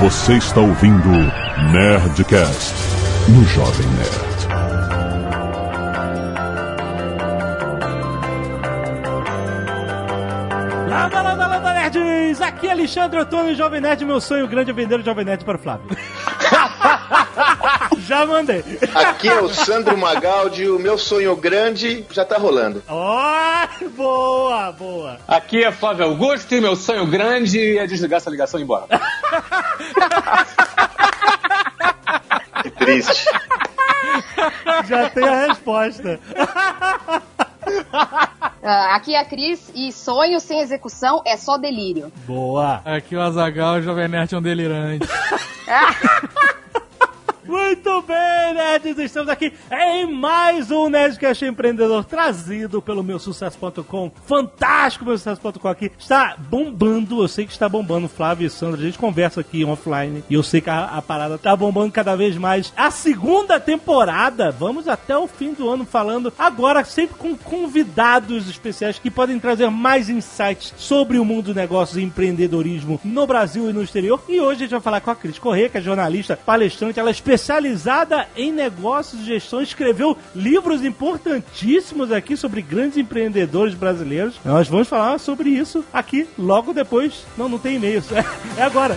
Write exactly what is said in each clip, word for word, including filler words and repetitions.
Você está ouvindo Nerdcast no Jovem Nerd. Landa, landa, landa, nerds! Aqui é Alexandre Antônio, Jovem Nerd. Meu sonho grande é vender o Jovem Nerd para o Flávio. Já mandei. Aqui é o Sandro Magaldi, o meu sonho grande já tá rolando. Oh, boa, boa. Aqui é Flávio Augusto e meu sonho grande é desligar essa ligação e ir embora. Que triste. Já tem a resposta. Uh, aqui é a Cris e sonho sem execução é só delírio. Boa. Aqui o Azaghal, o Jovem Nerd é um delirante. Muito bem, nerds, estamos aqui em mais um Nerdcast Empreendedor trazido pelo meu sucesso ponto com. Fantástico, meu sucesso ponto com aqui. Está bombando, eu sei que está bombando, Flávio e Sandra. A gente conversa aqui offline e eu sei que a, a parada está bombando cada vez mais. A segunda temporada, vamos até o fim do ano falando, agora sempre com convidados especiais que podem trazer mais insights sobre o mundo dos negócios e empreendedorismo no Brasil e no exterior. E hoje a gente vai falar com a Cris Corrêa, que é jornalista, palestrante, ela é especialista especializada em negócios e gestão, escreveu livros importantíssimos aqui sobre grandes empreendedores brasileiros. Nós vamos falar sobre isso aqui logo depois. Não, não tem e-mail, é, é agora.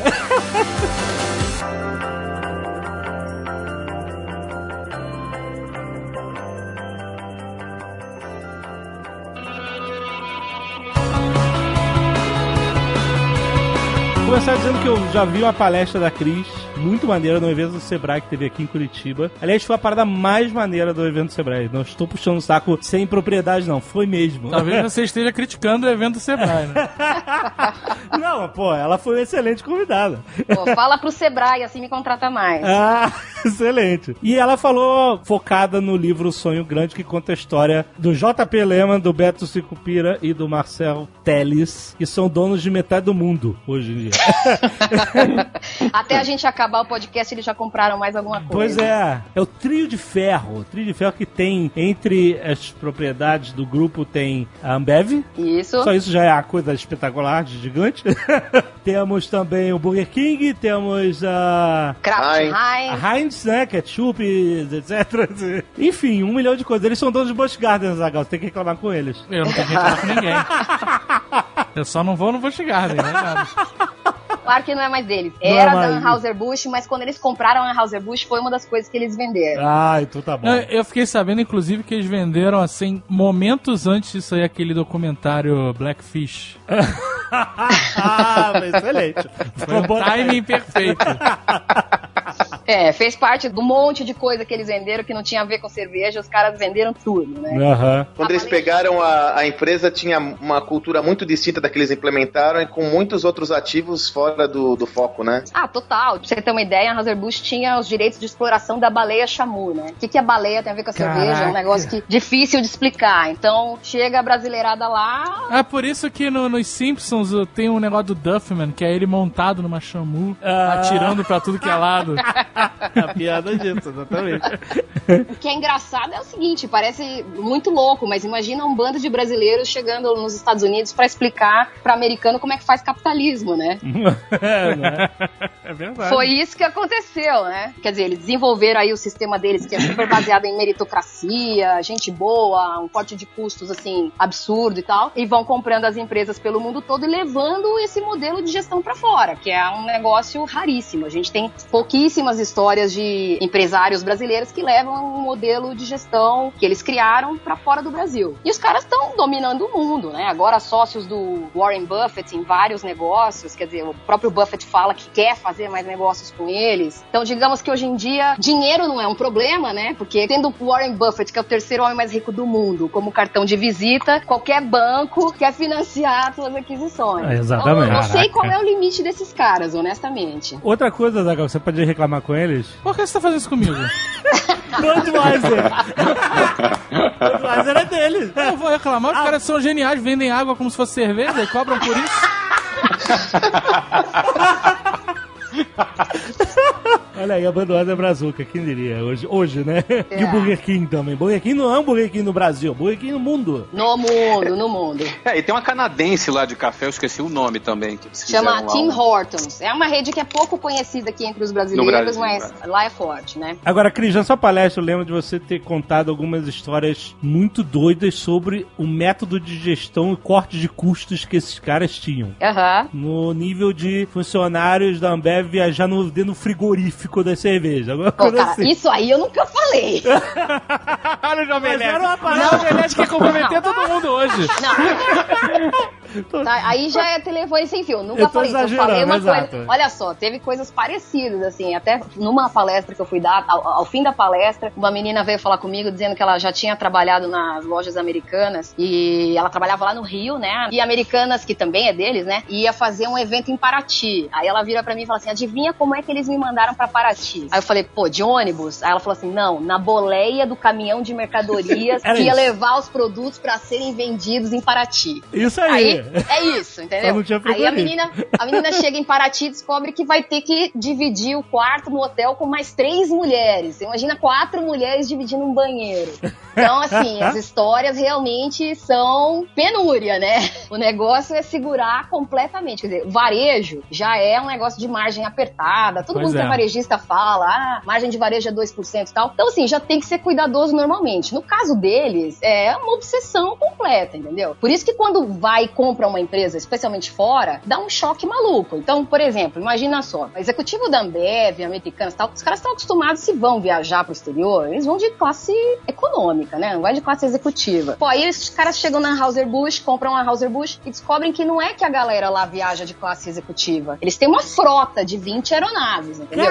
Vou começar dizendo que eu já vi uma palestra da Cris, muito maneira, no evento do Sebrae que teve aqui em Curitiba. Aliás, foi a parada mais maneira do evento do Sebrae. Não estou puxando o saco sem propriedade, não. Foi mesmo. Talvez você esteja criticando o evento do Sebrae, né? Não, pô, ela foi uma excelente convidada. Pô, fala pro Sebrae, assim me contrata mais. Ah, excelente. E ela falou focada no livro Sonho Grande, que conta a história do J P Lehman, do Beto Sicupira e do Marcel Teles, que são donos de metade do mundo hoje em dia. Até a gente acabar o podcast, eles já compraram mais alguma coisa. Pois é. É o trio de ferro. O trio de ferro que tem, entre as propriedades do grupo, tem a Ambev. Isso. Só isso já é a coisa espetacular, de gigante. Temos também o Burger King, temos a... Kraft Heinz. A Heinz, né? Ketchup, etcétera. Enfim, um milhão de coisas. Eles são donos de Busch Gardens, Zagal. Você tem que reclamar com eles. Eu não tenho que reclamar com ninguém. Eu só não vou no Busch Garden, não é nada. Claro que não é mais deles. Era não, mas... da Anheuser-Busch, mas quando eles compraram a Anheuser-Busch foi uma das coisas que eles venderam. Ah, então tá bom. Eu, eu fiquei sabendo, inclusive, que eles venderam, assim, momentos antes de sair aquele documentário Blackfish. Ah, excelente. Foi um timing perfeito. É, fez parte do monte de coisa que eles venderam que não tinha a ver com cerveja, os caras venderam tudo, né? Uhum. Quando eles pegaram a, a empresa, tinha uma cultura muito distinta da que eles implementaram e com muitos outros ativos fora do, do foco, né? Ah, total. Pra você ter uma ideia, a Anheuser-Busch tinha os direitos de exploração da baleia chamu, né? O que, que a baleia tem a ver com a Caraca. cerveja? É um negócio que, difícil de explicar. Então, chega a brasileirada lá... É por isso que no, nos Simpsons tem um negócio do Duffman, que é ele montado numa chamu, ah. atirando pra tudo que é lado. A piada disso, exatamente. O que é engraçado é o seguinte, parece muito louco, mas imagina um bando de brasileiros chegando nos Estados Unidos pra explicar pra americano como é que faz capitalismo, né? É, né? É verdade. Foi isso que aconteceu, né? Quer dizer, eles desenvolveram aí o sistema deles, que é super baseado em meritocracia, gente boa, um corte de custos, assim, absurdo e tal, e vão comprando as empresas pelo mundo todo e levando esse modelo de gestão pra fora, que é um negócio raríssimo. A gente tem pouquíssimas histórias de empresários brasileiros que levam um modelo de gestão que eles criaram pra fora do Brasil. E os caras estão dominando o mundo, né? Agora sócios do Warren Buffett em vários negócios, quer dizer, o próprio Buffett fala que quer fazer mais negócios com eles. Então, digamos que hoje em dia, dinheiro não é um problema, né? Porque tendo o Warren Buffett, que é o terceiro homem mais rico do mundo, como cartão de visita, qualquer banco quer financiar suas aquisições. É, exatamente. Então, eu não sei Caraca. qual é o limite desses caras, honestamente. Outra coisa, Zagal, você pode reclamar com eles? Por que você tá fazendo isso comigo? Budweiser. Budweiser é deles. Eu vou reclamar, os ah. caras são geniais, vendem água como se fosse cerveja e cobram por isso. Olha Olha aí, a Budweiser Brazuca, quem diria? Hoje, hoje né? É. E o Burger King também. Burger King não é um Burger King no Brasil, Burger King no mundo. No mundo, no mundo. É, e tem uma canadense lá de café, eu esqueci o nome também. Que eles Chama fizeram lá Tim um- Hortons. É uma rede que é pouco conhecida aqui entre os brasileiros, Brasil, mas é. lá é forte, né? Agora, Cris, na sua palestra eu lembro de você ter contado algumas histórias muito doidas sobre o método de gestão e corte de custos que esses caras tinham. Aham. No nível de funcionários da Ambev viajar no, dentro do frigorífico da cerveja. Alguma Pô, coisa cara, assim. isso aí eu nunca falei. Olha o Jovem Mas Nerd. era uma O parada. Jovem Nerd quer comprometer todo mundo hoje. Não. Tá, aí já é telefone sem fio. Nunca Eu tô falei isso. Eu exagerando, falei uma exato. coisa. Olha só, teve coisas parecidas, assim. Até numa palestra que eu fui dar, ao, ao fim da palestra, uma menina veio falar comigo dizendo que ela já tinha trabalhado nas lojas americanas e ela trabalhava lá no Rio, né? E Americanas, que também é deles, né? Ia fazer um evento em Paraty. Aí ela vira pra mim e fala assim: adivinha como é que eles me mandaram pra Paraty? Aí eu falei: pô, de ônibus? Aí ela falou assim: não, na boleia do caminhão de mercadorias que Era ia isso. levar os produtos pra serem vendidos em Paraty. Isso aí. Aí, é isso, Só entendeu? não tinha Aí a frigorífico. menina, a menina chega em Paraty e descobre que vai ter que dividir o quarto no hotel com mais três mulheres. Você imagina quatro mulheres dividindo um banheiro. Então, assim, as histórias realmente são penúria, né? O negócio é segurar completamente. Quer dizer, o varejo já é um negócio de margem apertada. Todo Pois mundo que é. é varejista fala, ah, margem de varejo é dois por cento e tal. Então, assim, já tem que ser cuidadoso normalmente. No caso deles, é uma obsessão completa, entendeu? Por isso que quando vai e compra uma empresa, especialmente fora, dá um choque maluco. Então, por exemplo, imagina só, o executivo da Ambev, Americanas e tal, os caras estão acostumados, se vão viajar pro exterior, eles vão de classe econômica, né? Não vai de classe executiva. Pô, aí os caras chegam na Anheuser-Busch, compram a Anheuser-Busch e descobrem que não é que a galera lá viaja de classe executiva. Eles têm uma frota de vinte aeronaves, entendeu?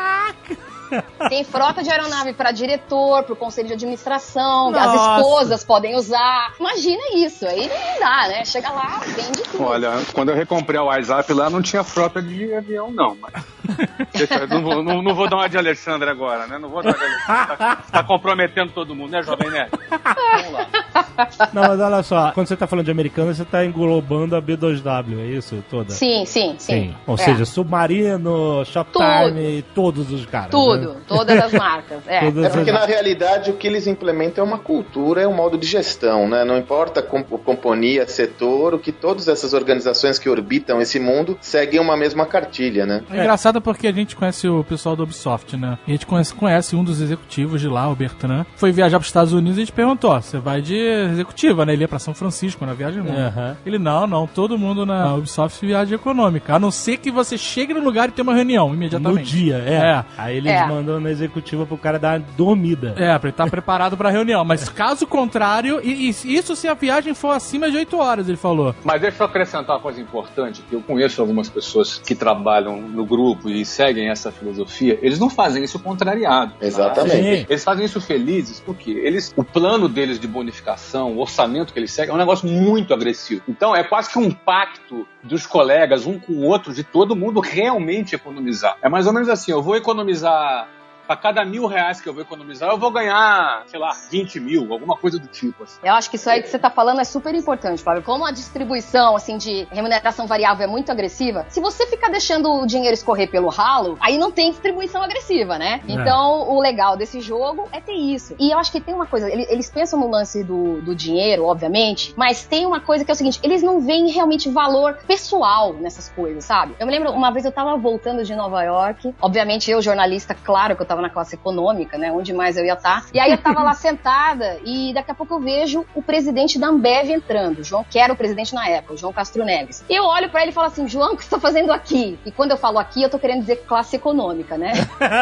Tem frota de aeronave para diretor, pro conselho de administração, Nossa. as esposas podem usar. Imagina isso, aí não dá, né? Chega lá, vende tudo. Olha, quando eu recomprei o WhatsApp lá, não tinha frota de avião, não. Mas... Deixa, eu não, vou, não, não vou dar uma de Alexandre agora, né? Não vou dar uma de Alexandre. Tá, tá comprometendo todo mundo, né, Jovem Nerd? Vamos lá. Não, mas olha só, quando você tá falando de Americana, você tá englobando a B dois W, é isso? Toda? Sim, sim, sim. Ou É. seja, Submarino, Shoptime, todos os caras. Tudo, né? todas as marcas. É. Todas É porque as- na realidade o que eles implementam é uma cultura, é um modo de gestão, né? Não importa com, companhia, setor, o que todas essas organizações que orbitam esse mundo seguem uma mesma cartilha, né? É engraçado porque a gente conhece o pessoal da Ubisoft, né? E a gente conhece, conhece um dos executivos de lá, o Bertrand. Foi viajar para os Estados Unidos e a gente perguntou: ó, você vai de executiva, né? Ele ia pra São Francisco na viagem longa. Aham. Ele, não, não, todo mundo na Ubisoft viaja econômica. A não ser que você chegue no lugar e tenha uma reunião imediatamente. No dia, é. É. Aí eles É. mandam na executiva pro cara dar uma dormida. É, pra ele estar preparado pra reunião. Mas caso contrário, e, e isso se a viagem for acima de oito horas, ele falou. Mas deixa eu acrescentar uma coisa importante, que eu conheço algumas pessoas que trabalham no grupo e seguem essa filosofia, eles não fazem isso contrariado. tá? Exatamente. Sim. Eles fazem isso felizes porque eles, o plano deles de bonificação, o orçamento que eles seguem é um negócio muito agressivo. Então é quase que um pacto dos colegas, um com o outro, de todo mundo realmente economizar. É mais ou menos assim, eu vou economizar... Pra cada mil reais que eu vou economizar, eu vou ganhar, sei lá, vinte mil, alguma coisa do tipo. Assim. Eu acho que isso aí que você tá falando é super importante, Flávio. Como a distribuição, assim, de remuneração variável é muito agressiva, se você ficar deixando o dinheiro escorrer pelo ralo, aí não tem distribuição agressiva, né? É. Então, o legal desse jogo é ter isso. E eu acho que tem uma coisa, ele- eles pensam no lance do, do dinheiro, obviamente, mas tem uma coisa que é o seguinte, eles não veem realmente valor pessoal nessas coisas, sabe? Eu me lembro, uma vez eu tava voltando de Nova York, obviamente eu, jornalista, claro que eu tava na classe econômica, né? Onde mais eu ia estar. E aí eu tava lá sentada e daqui a pouco eu vejo o presidente da Ambev entrando, o João, que era o presidente na época, o João Castro Neves. E eu olho pra ele e falo assim, João, o que você tá fazendo aqui? E quando eu falo aqui, eu tô querendo dizer classe econômica, né?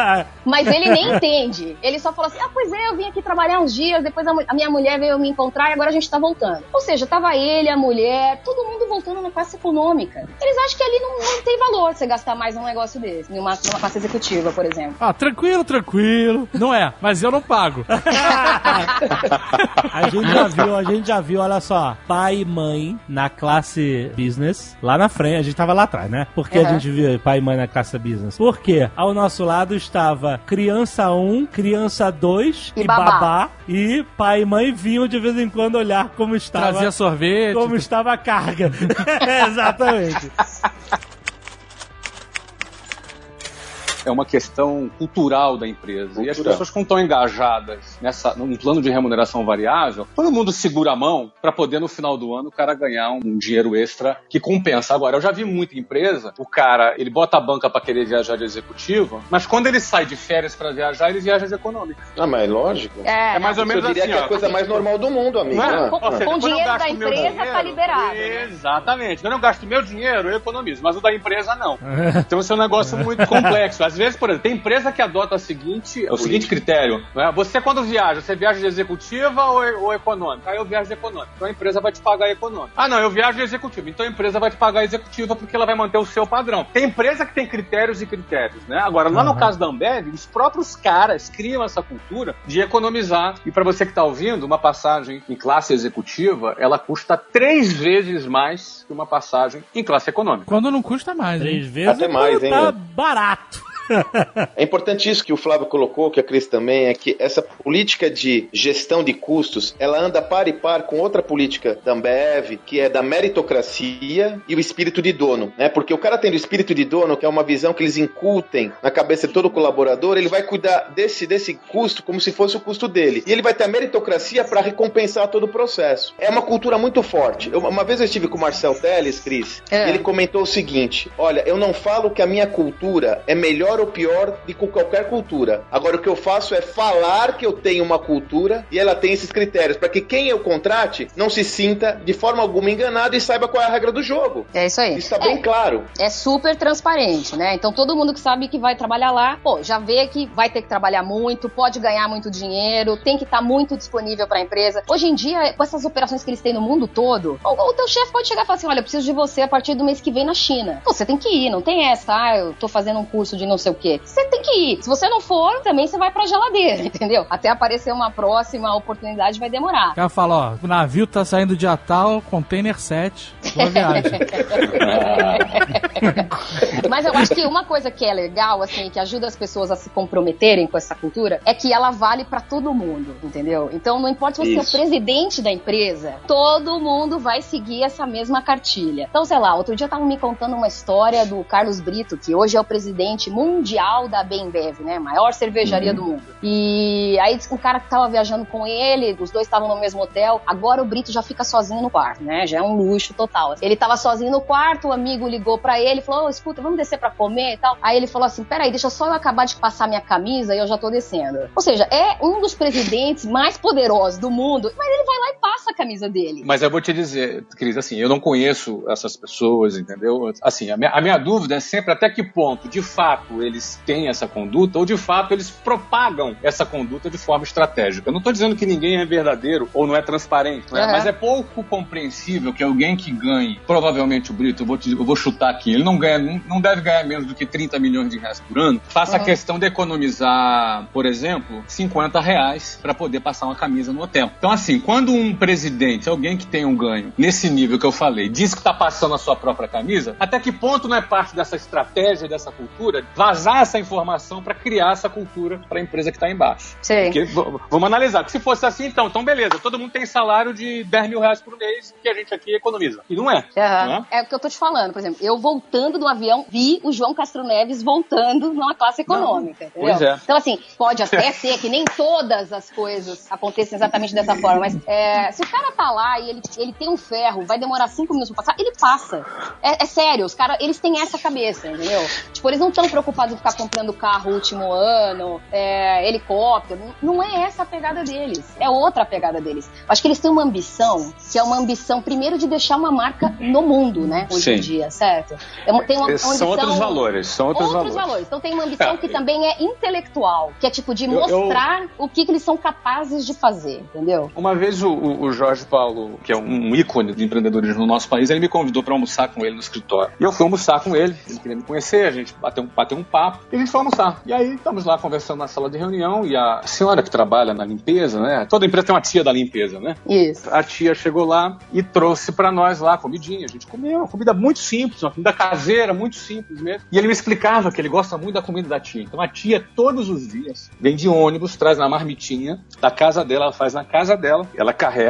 Mas ele nem entende. Ele só fala assim, ah, pois é, eu vim aqui trabalhar uns dias, depois a, mu- a minha mulher veio me encontrar e agora a gente tá voltando. Ou seja, tava ele, a mulher, todo mundo voltando na classe econômica. Eles acham que ali não, não tem valor você gastar mais num negócio desse, numa, numa classe executiva, por exemplo. Ah, tranquilo, tranquilo. Não é, mas eu não pago. A gente já viu, a gente já viu, olha só, pai e mãe na classe business, lá na frente, a gente tava lá atrás, né? Por que a Uhum. gente viu pai e mãe na classe business? Porque ao nosso lado estava criança um, criança dois E e, babá. babá, e pai e mãe vinham de vez em quando olhar como estava, Trazia sorvete. como estava a carga. Exatamente. é uma questão cultural da empresa. Cultural. E as pessoas que não estão engajadas nessa, num plano de remuneração variável, todo mundo segura a mão para poder, no final do ano, o cara ganhar um dinheiro extra que compensa. Agora, eu já vi muita empresa, o cara, ele bota a banca para querer viajar de executiva, mas quando ele sai de férias para viajar, ele viaja de econômica. Ah, mas é lógico. É, é mais ou menos eu diria assim, que é ó, a coisa mais normal do mundo, amigo. Não, né? com, Ou seja, com o dinheiro da empresa dinheiro, tá liberado. Exatamente. Quando eu gasto meu dinheiro, eu economizo, mas o da empresa não. Então isso é um negócio muito complexo. Às vezes, por exemplo, tem empresa que adota o seguinte, o seguinte critério, né? Você quando viaja, você viaja de executiva ou, ou econômica? Aí eu viajo de econômica. Então a empresa vai te pagar econômica. Ah, não, eu viajo de executiva. Então a empresa vai te pagar executiva porque ela vai manter o seu padrão. Tem empresa que tem critérios e critérios, né? Agora, lá uhum. no caso da Ambev, os próprios caras criam essa cultura de economizar. E para você que está ouvindo, uma passagem em classe executiva, ela custa três vezes mais que uma passagem em classe econômica. Quando não custa mais, Três hein? vezes Até mais, hein? Tá barato. É importante isso que o Flávio colocou, que a Cris também, é que essa política de gestão de custos, ela anda par e par com outra política da Ambev, que é da meritocracia e o espírito de dono, né? Porque o cara tem o espírito de dono, que é uma visão que eles incutem na cabeça de todo colaborador, ele vai cuidar desse, desse custo como se fosse o custo dele. E ele vai ter a meritocracia para recompensar todo o processo. É uma cultura muito forte. Eu, uma vez eu estive com o Marcel Teles, Cris, é. e ele comentou o seguinte: olha, eu não falo que a minha cultura é melhor ou pior de qualquer cultura. Agora, o que eu faço é falar que eu tenho uma cultura e ela tem esses critérios, para que quem eu contrate não se sinta de forma alguma enganado e saiba qual é a regra do jogo. É isso aí. Isso tá bem é, claro. É super transparente, né? Então, todo mundo que sabe que vai trabalhar lá, pô, já vê que vai ter que trabalhar muito, pode ganhar muito dinheiro, tem que estar muito disponível para a empresa. Hoje em dia, com essas operações que eles têm no mundo todo, o, o teu chefe pode chegar e falar assim: olha, eu preciso de você a partir do mês que vem na China. Pô, você tem que ir, não tem essa, ah, eu tô fazendo um curso de não sei o quê. Você tem que ir. Se você não for, também você vai pra geladeira, entendeu? Até aparecer uma próxima oportunidade vai demorar. O cara fala, ó, o navio tá saindo de Atal, container sete, boa viagem. Mas eu acho que uma coisa que é legal, assim, que ajuda as pessoas a se comprometerem com essa cultura, é que ela vale pra todo mundo, entendeu? Então não importa se você Isso. é o presidente da empresa, todo mundo vai seguir essa mesma cartilha. Então, sei lá, outro dia estavam me contando uma história do Carlos Brito, que hoje é o presidente mundial da Bembev, né? Maior cervejaria uhum. do mundo. E aí o cara que tava viajando com ele, os dois estavam no mesmo hotel, agora o Brito já fica sozinho no quarto, né? Já é um luxo total. Ele tava sozinho no quarto, o amigo ligou pra ele, falou: oh, escuta, vamos descer pra comer e tal. Aí ele falou assim: peraí, deixa só eu acabar de passar minha camisa e eu já tô descendo. Ou seja, é um dos presidentes mais poderosos do mundo, mas ele vai lá e passa a camisa dele. Mas eu vou te dizer, Cris, assim, eu não conheço essas pessoas, entendeu? Assim, a minha, a minha dúvida é sempre até que ponto, de fato, eles têm essa conduta ou, de fato, eles propagam essa conduta de forma estratégica. Eu não tô dizendo que ninguém é verdadeiro ou não é transparente, né? Uhum. Mas é pouco compreensível que alguém que ganhe, provavelmente o Brito, eu vou, te, eu vou chutar aqui, ele não ganha, não, não deve ganhar menos do que trinta milhões de reais por ano, faça uhum. a questão de economizar, por exemplo, cinquenta reais para poder passar uma camisa no hotel. Então, assim, quando um presidente, alguém que tem um ganho nesse nível que eu falei, diz que tá passando a sua própria camisa, até que ponto não é parte dessa estratégia, dessa cultura, vazar essa informação para criar essa cultura para a empresa que está embaixo? Sim. Porque, vamos analisar, que se fosse assim, então, então beleza, todo mundo tem salário de dez mil reais por mês que a gente aqui economiza. E não é. Uhum. Não é? É o que eu tô te falando, por exemplo, eu voltando do avião, vi o João Castro Neves voltando numa classe econômica, não. Entendeu? Pois é. Então, assim, pode até ser que nem todas as coisas aconteçam exatamente dessa forma, mas é, se o cara tá lá e ele, ele tem um ferro, vai demorar cinco minutos pra passar, ele passa. É, é sério, os caras, eles têm essa cabeça, entendeu? Tipo, eles não estão preocupados em ficar comprando carro último ano, é, helicóptero, não é essa a pegada deles, é outra pegada deles. Acho que eles têm uma ambição, que é uma ambição, primeiro, de deixar uma marca no mundo, né, hoje Sim. em dia, certo? Tem uma, uma ambição, são outros valores, são outros, outros valores. valores. Então tem uma ambição é. que também é intelectual, que é tipo de mostrar eu, eu... o que, que eles são capazes de fazer, entendeu? Uma vez o, o Jorge Paulo, que é um ícone de empreendedorismo no nosso país, ele me convidou para almoçar com ele no escritório. E eu fui almoçar com ele, ele queria me conhecer, a gente bateu um, bateu um papo, e a gente foi almoçar. E aí estamos lá conversando na sala de reunião, e a senhora que trabalha na limpeza, né? Toda empresa tem uma tia da limpeza, né? Isso. A tia chegou lá e trouxe para nós lá comidinha. A gente comeu, uma comida muito simples, uma comida caseira, muito simples mesmo. E ele me explicava que ele gosta muito da comida da tia. Então a tia, todos os dias, vem de ônibus, traz na marmitinha da casa dela, ela faz na casa dela, ela carrega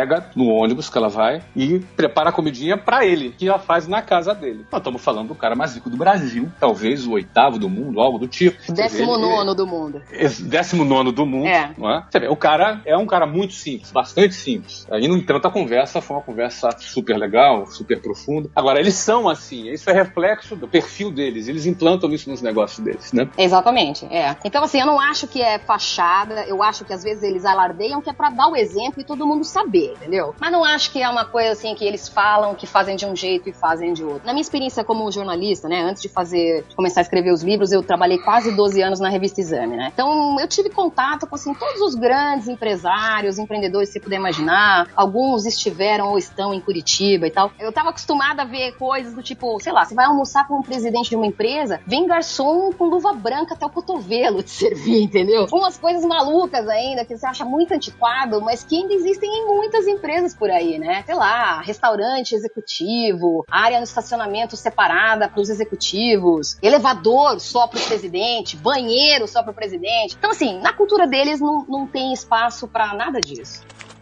pega no ônibus que ela vai e prepara a comidinha pra ele, que ela faz na casa dele. Nós estamos falando do cara mais rico do Brasil, talvez o oitavo do mundo, algo do tipo. Décimo nono do mundo. Décimo nono do mundo, é. Não é? Você vê, o cara é um cara muito simples, bastante simples. Aí, no entanto, a conversa foi uma conversa super legal, super profunda. Agora, eles são assim, isso é reflexo do perfil deles, eles implantam isso nos negócios deles, né? Exatamente, é. Então, assim, eu não acho que é fachada, eu acho que às vezes eles alardeiam que é pra dar o exemplo e todo mundo saber, entendeu? Mas não acho que é uma coisa assim que eles falam que fazem de um jeito e fazem de outro. Na minha experiência como jornalista, né, antes de fazer, de começar a escrever os livros, eu trabalhei quase doze anos na revista Exame, né? Então, eu tive contato com, assim, todos os grandes empresários, empreendedores que você puder imaginar. Alguns estiveram ou estão em Curitiba e tal. Eu tava acostumada a ver coisas do tipo, sei lá, você vai almoçar com um presidente de uma empresa, vem garçom com luva branca até o cotovelo te servir, entendeu? Umas coisas malucas ainda, que você acha muito antiquado, mas que ainda existem em muitas empresas por aí, né? Sei lá, restaurante executivo, área no estacionamento separada para os executivos, elevador só pro presidente, banheiro só pro presidente. Então, assim, na cultura deles não, não tem espaço para nada disso.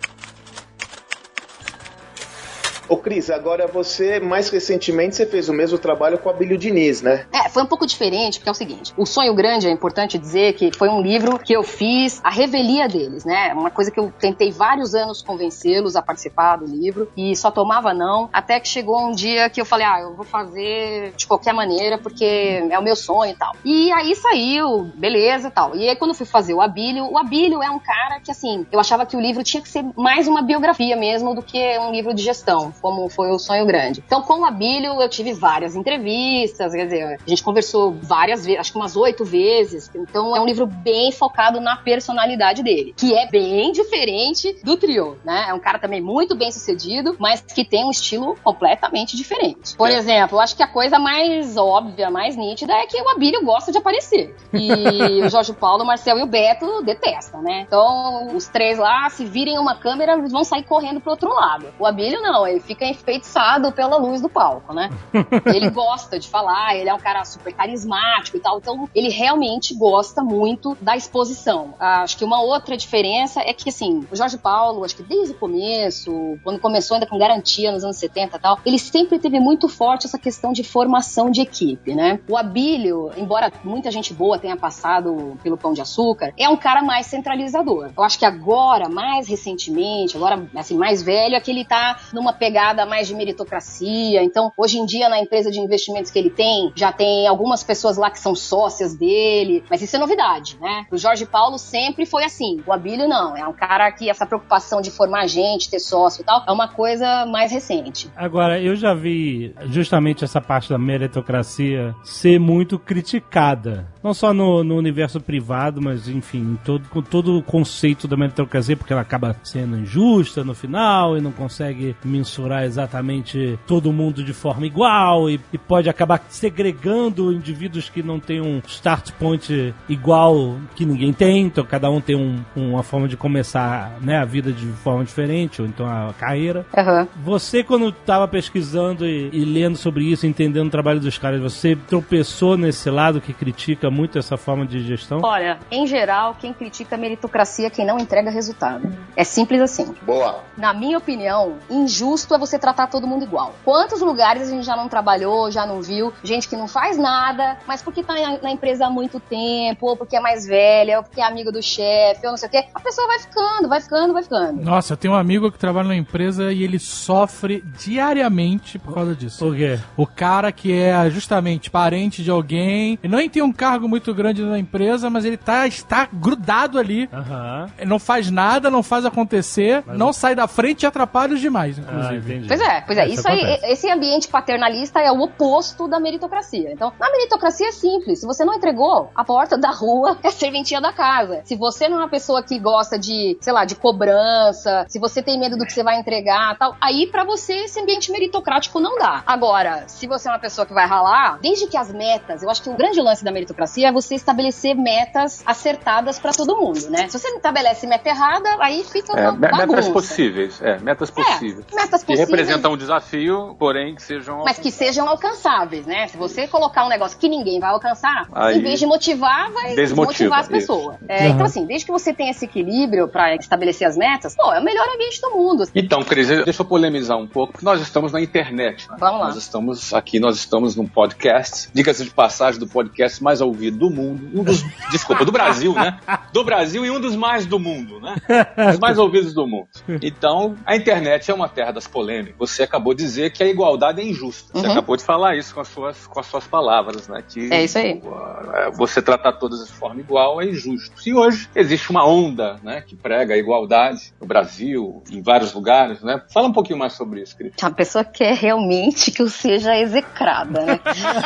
Ô Cris, agora você, mais recentemente, você fez o mesmo trabalho com a Abílio Diniz, né? É, foi um pouco diferente, porque é o seguinte, O Sonho Grande, é importante dizer que foi um livro que eu fiz a revelia deles, né? Uma coisa que eu tentei vários anos convencê-los a participar do livro, e só tomava não, até que chegou um dia que eu falei, ah, eu vou fazer de qualquer maneira, porque é o meu sonho e tal. E aí saiu, beleza e tal. E aí quando eu fui fazer o Abílio, o Abílio é um cara que, assim, eu achava que o livro tinha que ser mais uma biografia mesmo do que um livro de gestão, como foi O Sonho Grande. Então, com o Abílio, eu tive várias entrevistas, quer dizer, a gente conversou várias vezes, acho que umas oito vezes. Então, é um livro bem focado na personalidade dele, que é bem diferente do trio, né? É um cara também muito bem sucedido, mas que tem um estilo completamente diferente. Por é. exemplo, eu acho que a coisa mais óbvia, mais nítida é que o Abílio gosta de aparecer. E o Jorge Paulo, o Marcel e o Beto detestam, né? Então, os três lá, se virem uma câmera, eles vão sair correndo pro outro lado. O Abílio não, ele fica enfeitiçado pela luz do palco, né? Ele gosta de falar, ele é um cara super carismático e tal, então ele realmente gosta muito da exposição. Acho que uma outra diferença é que, assim, o Jorge Paulo, acho que desde o começo, quando começou ainda com Garantia nos anos setenta e tal, ele sempre teve muito forte essa questão de formação de equipe, né? O Abílio, embora muita gente boa tenha passado pelo Pão de Açúcar, é um cara mais centralizador. Eu acho que agora, mais recentemente, agora, assim, mais velho, é que ele tá numa pegada mais de meritocracia. Então, hoje em dia, na empresa de investimentos que ele tem, já tem algumas pessoas lá que são sócias dele, mas isso é novidade, né? O Jorge Paulo sempre foi assim. O Abílio não, é um cara que essa preocupação de formar gente, ter sócio e tal, é uma coisa mais recente. Agora, eu já vi justamente essa parte da meritocracia ser muito criticada. Não só no, no universo privado, mas, enfim, todo, com todo o conceito da meritocracia, porque ela acaba sendo injusta no final e não consegue mensurar exatamente todo mundo de forma igual e, e pode acabar segregando indivíduos que não têm um start point igual que ninguém tem, então cada um tem um, uma forma de começar, né, a vida de forma diferente, ou então a carreira. Uhum. Você, quando estava pesquisando e, e lendo sobre isso, entendendo o trabalho dos caras, você tropeçou nesse lado que critica muito essa forma de gestão? Olha, em geral, quem critica a meritocracia é quem não entrega resultado. É simples assim. Boa. Na minha opinião, injusto é você tratar todo mundo igual. Quantos lugares a gente já não trabalhou, já não viu, gente que não faz nada, mas porque tá na empresa há muito tempo, ou porque é mais velha, ou porque é amigo do chefe, ou não sei o quê, a pessoa vai ficando, vai ficando, vai ficando. Nossa, eu tenho um amigo que trabalha na empresa e ele sofre diariamente por causa disso. Por quê? O cara que é justamente parente de alguém, ele nem tem um cargo muito grande na empresa, mas ele tá, está grudado ali, Aham. não faz nada, não faz acontecer, Mas... não sai da frente e atrapalha os demais, inclusive. Ah, entendi. Pois é, pois é. Isso Isso aí, acontece. esse ambiente paternalista é o oposto da meritocracia. Então, na meritocracia é simples. Se você não entregou, a porta da rua é serventia da casa. Se você não é uma pessoa que gosta de, sei lá, de cobrança, se você tem medo do que você vai entregar, tal, aí pra você esse ambiente meritocrático não dá. Agora, se você é uma pessoa que vai ralar, desde que as metas, eu acho que o grande lance da meritocracia meritocracia é você estabelecer metas acertadas pra todo mundo, né? Se você estabelece meta errada, aí fica uma é, bagunça. Metas possíveis, é, metas possíveis. É, metas que possíveis. representam um desafio, porém que sejam... Mas que sejam alcançáveis, né? Se você colocar um negócio que ninguém vai alcançar, aí, em vez de motivar, vai desmotivar as pessoas. É, uhum. Então, assim, desde que você tenha esse equilíbrio pra estabelecer as metas, pô, é o melhor ambiente do mundo. Então, Cris, deixa eu polemizar um pouco, porque nós estamos na internet, né? Vamos lá. Nós estamos aqui, nós estamos num podcast, diga-se de passagem, do podcast mais ouvido do mundo, um dos, desculpa, do Brasil, né? Do Brasil e um dos mais do mundo, né? Os mais ouvidos do mundo. Então, a internet é uma terra das polêmicas. Você acabou de dizer que a igualdade é injusta. Você uhum. acabou de falar isso com as suas, com as suas palavras, né? Que é isso aí. Você tratar todas de forma igual é injusto. E hoje existe uma onda, né, que prega a igualdade no Brasil, em vários lugares, né? Fala um pouquinho mais sobre isso, Cris. A pessoa quer realmente que eu seja execrada, né?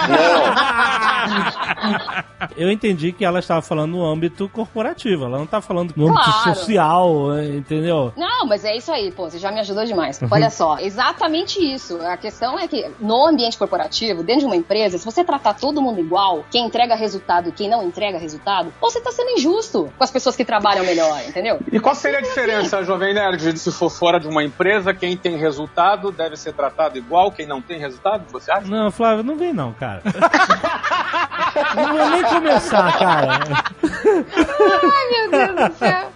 Eu entendi que ela estava falando no âmbito corporativo, ela não está falando no âmbito claro. social, entendeu? Não, mas é isso aí, pô, você já me ajudou demais. Olha só, exatamente isso. A questão é que no ambiente corporativo, dentro de uma empresa, se você tratar todo mundo igual, quem entrega resultado e quem não entrega resultado, você está sendo injusto com as pessoas que trabalham melhor, entendeu? E qual seria a diferença, Jovem Nerd, se for fora de uma empresa, quem tem resultado deve ser tratado igual, quem não tem resultado, você acha? Não, Flávio, não vem não, cara. Não vou nem começar, cara. Ai, meu Deus do céu.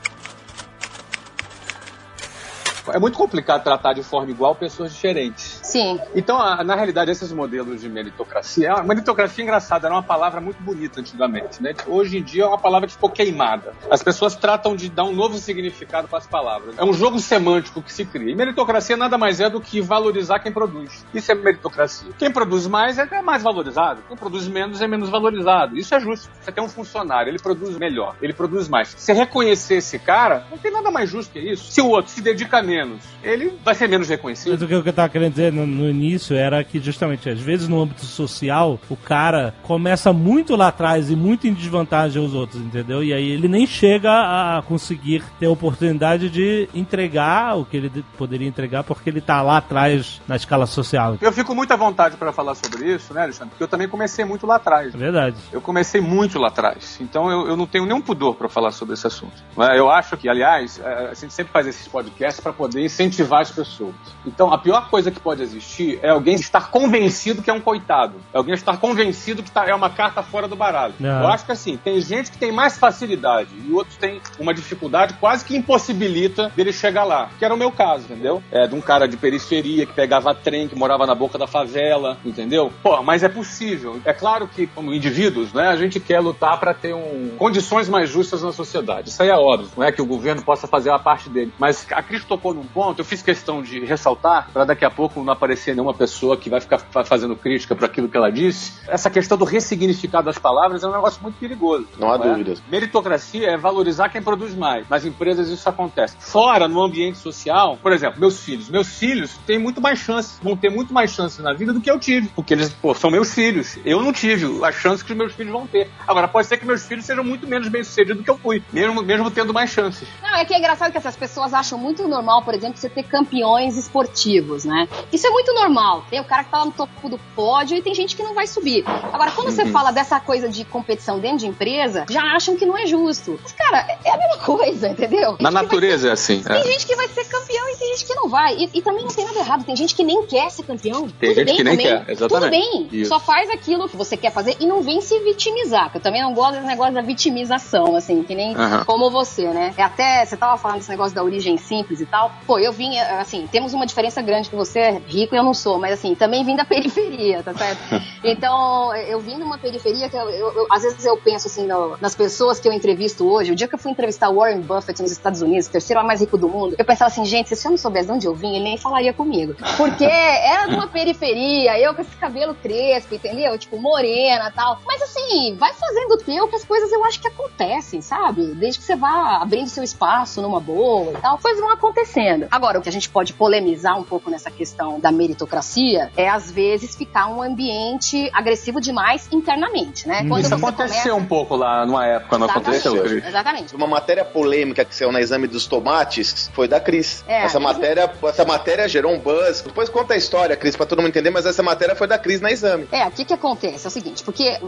É muito complicado tratar de forma igual pessoas diferentes. Sim. Então, na realidade, esses modelos de meritocracia... A meritocracia, engraçada, era uma palavra muito bonita antigamente, né? Hoje em dia é uma palavra que ficou queimada. As pessoas tratam de dar um novo significado para as palavras. É um jogo semântico que se cria. E meritocracia nada mais é do que valorizar quem produz. Isso é meritocracia. Quem produz mais é mais valorizado. Quem produz menos é menos valorizado. Isso é justo. Você tem um funcionário, ele produz melhor, ele produz mais. Se reconhecer esse cara, não tem nada mais justo que isso. Se o outro se dedica menos, ele vai ser menos reconhecido. Mas o que eu estava querendo dizer no, no início era que justamente, às vezes no âmbito social, o cara começa muito lá atrás e muito em desvantagem aos outros, entendeu? E aí ele nem chega a conseguir ter a oportunidade de entregar o que ele poderia entregar porque ele tá lá atrás na escala social. Eu fico muito à vontade para falar sobre isso, né, Alexandre? Porque eu também comecei muito lá atrás. É verdade. Eu comecei muito lá atrás. Então eu, eu não tenho nenhum pudor para falar sobre esse assunto. Eu acho que, aliás, a gente sempre faz esses podcasts para poder incentivar as pessoas. Então, a pior coisa que pode existir é alguém estar convencido que é um coitado. É alguém estar convencido que tá, é uma carta fora do baralho. Não. Eu acho que, assim, tem gente que tem mais facilidade e outros têm uma dificuldade quase que impossibilita dele chegar lá. Que era o meu caso, entendeu? É, de um cara de periferia que pegava trem, que morava na boca da favela, entendeu? Pô, mas é possível. É claro que, como indivíduos, né, a gente quer lutar para ter um, condições mais justas na sociedade. Isso aí é óbvio. Não é que o governo possa fazer a parte dele. Mas a Cris tocou num ponto, eu fiz questão de ressaltar, para daqui a pouco não aparecer nenhuma pessoa que vai ficar fazendo crítica para aquilo que ela disse. Essa questão do ressignificado das palavras é um negócio muito perigoso. Não há não é? dúvidas. Meritocracia é valorizar quem produz mais. Nas empresas isso acontece. Fora, no ambiente social, por exemplo, meus filhos. Meus filhos têm muito mais chances, vão ter muito mais chances na vida do que eu tive. Porque eles, pô, são meus filhos. Eu não tive a chance que os meus filhos vão ter. Agora, pode ser que meus filhos sejam muito menos bem-sucedidos do que eu fui, mesmo, mesmo tendo mais chances. Não, é que é engraçado que essas pessoas acham muito normal, por exemplo, você ter campeões esportivos, né? Isso é muito normal. Tem o cara que tá lá no topo do pódio e tem gente que não vai subir. Agora, quando você Uhum. fala dessa coisa de competição dentro de empresa, já acham que não é justo. Mas, cara, é a mesma coisa, entendeu? Na Tem gente que vai natureza ser- é assim. Tem é. gente que vai ser campeão e tem gente que não vai. E, e também não tem nada errado. Tem gente que nem quer ser campeão. Tem Tudo gente bem que nem também. quer, exatamente. Tudo bem. Isso. Só faz aquilo que você quer fazer e não vem se vitimizar. Que eu também não gosto desse negócio da vitimização, assim, que nem Aham. como você, né? É até, você tava falando desse negócio da origem simples e tal. Pô, eu vim, assim, temos uma diferença grande que você é rico e eu não sou, mas assim, também vim da periferia, tá certo? Então, eu vim de uma periferia que eu, eu- eu- às vezes eu penso assim, no- nas pessoas que eu entrevisto hoje. O dia que eu fui entrevistar Warren Buffett nos Estados Unidos, o terceiro homem mais rico do mundo, eu pensava assim, gente, se eu não soubesse de onde eu vim, ele nem falaria comigo. Porque era de uma periferia, eu com esse cabelo crespo, entendeu? Tipo, morena e tal. Mas assim, vai fazendo o teu que as coisas eu acho que acontecem, sabe? Desde que você vá abrindo seu espaço numa boa e tal, coisas vão acontecendo. Agora, o que a gente pode polemizar um pouco nessa questão da meritocracia é, às vezes, ficar um ambiente agressivo demais internamente, né? Quando Isso você aconteceu começa- um pouco lá numa época, não aconteceu, Exatamente, Cris? exatamente. Uma matéria polêmica que saiu na Exame dos Tomates foi da Cris. É, essa, Cris- matéria, essa matéria gerou um buzz. Depois conta a história, Cris, pra todo mundo entender, mas essa matéria foi da Cris na Exame. É, o que que acontece? É o seguinte, porque o legal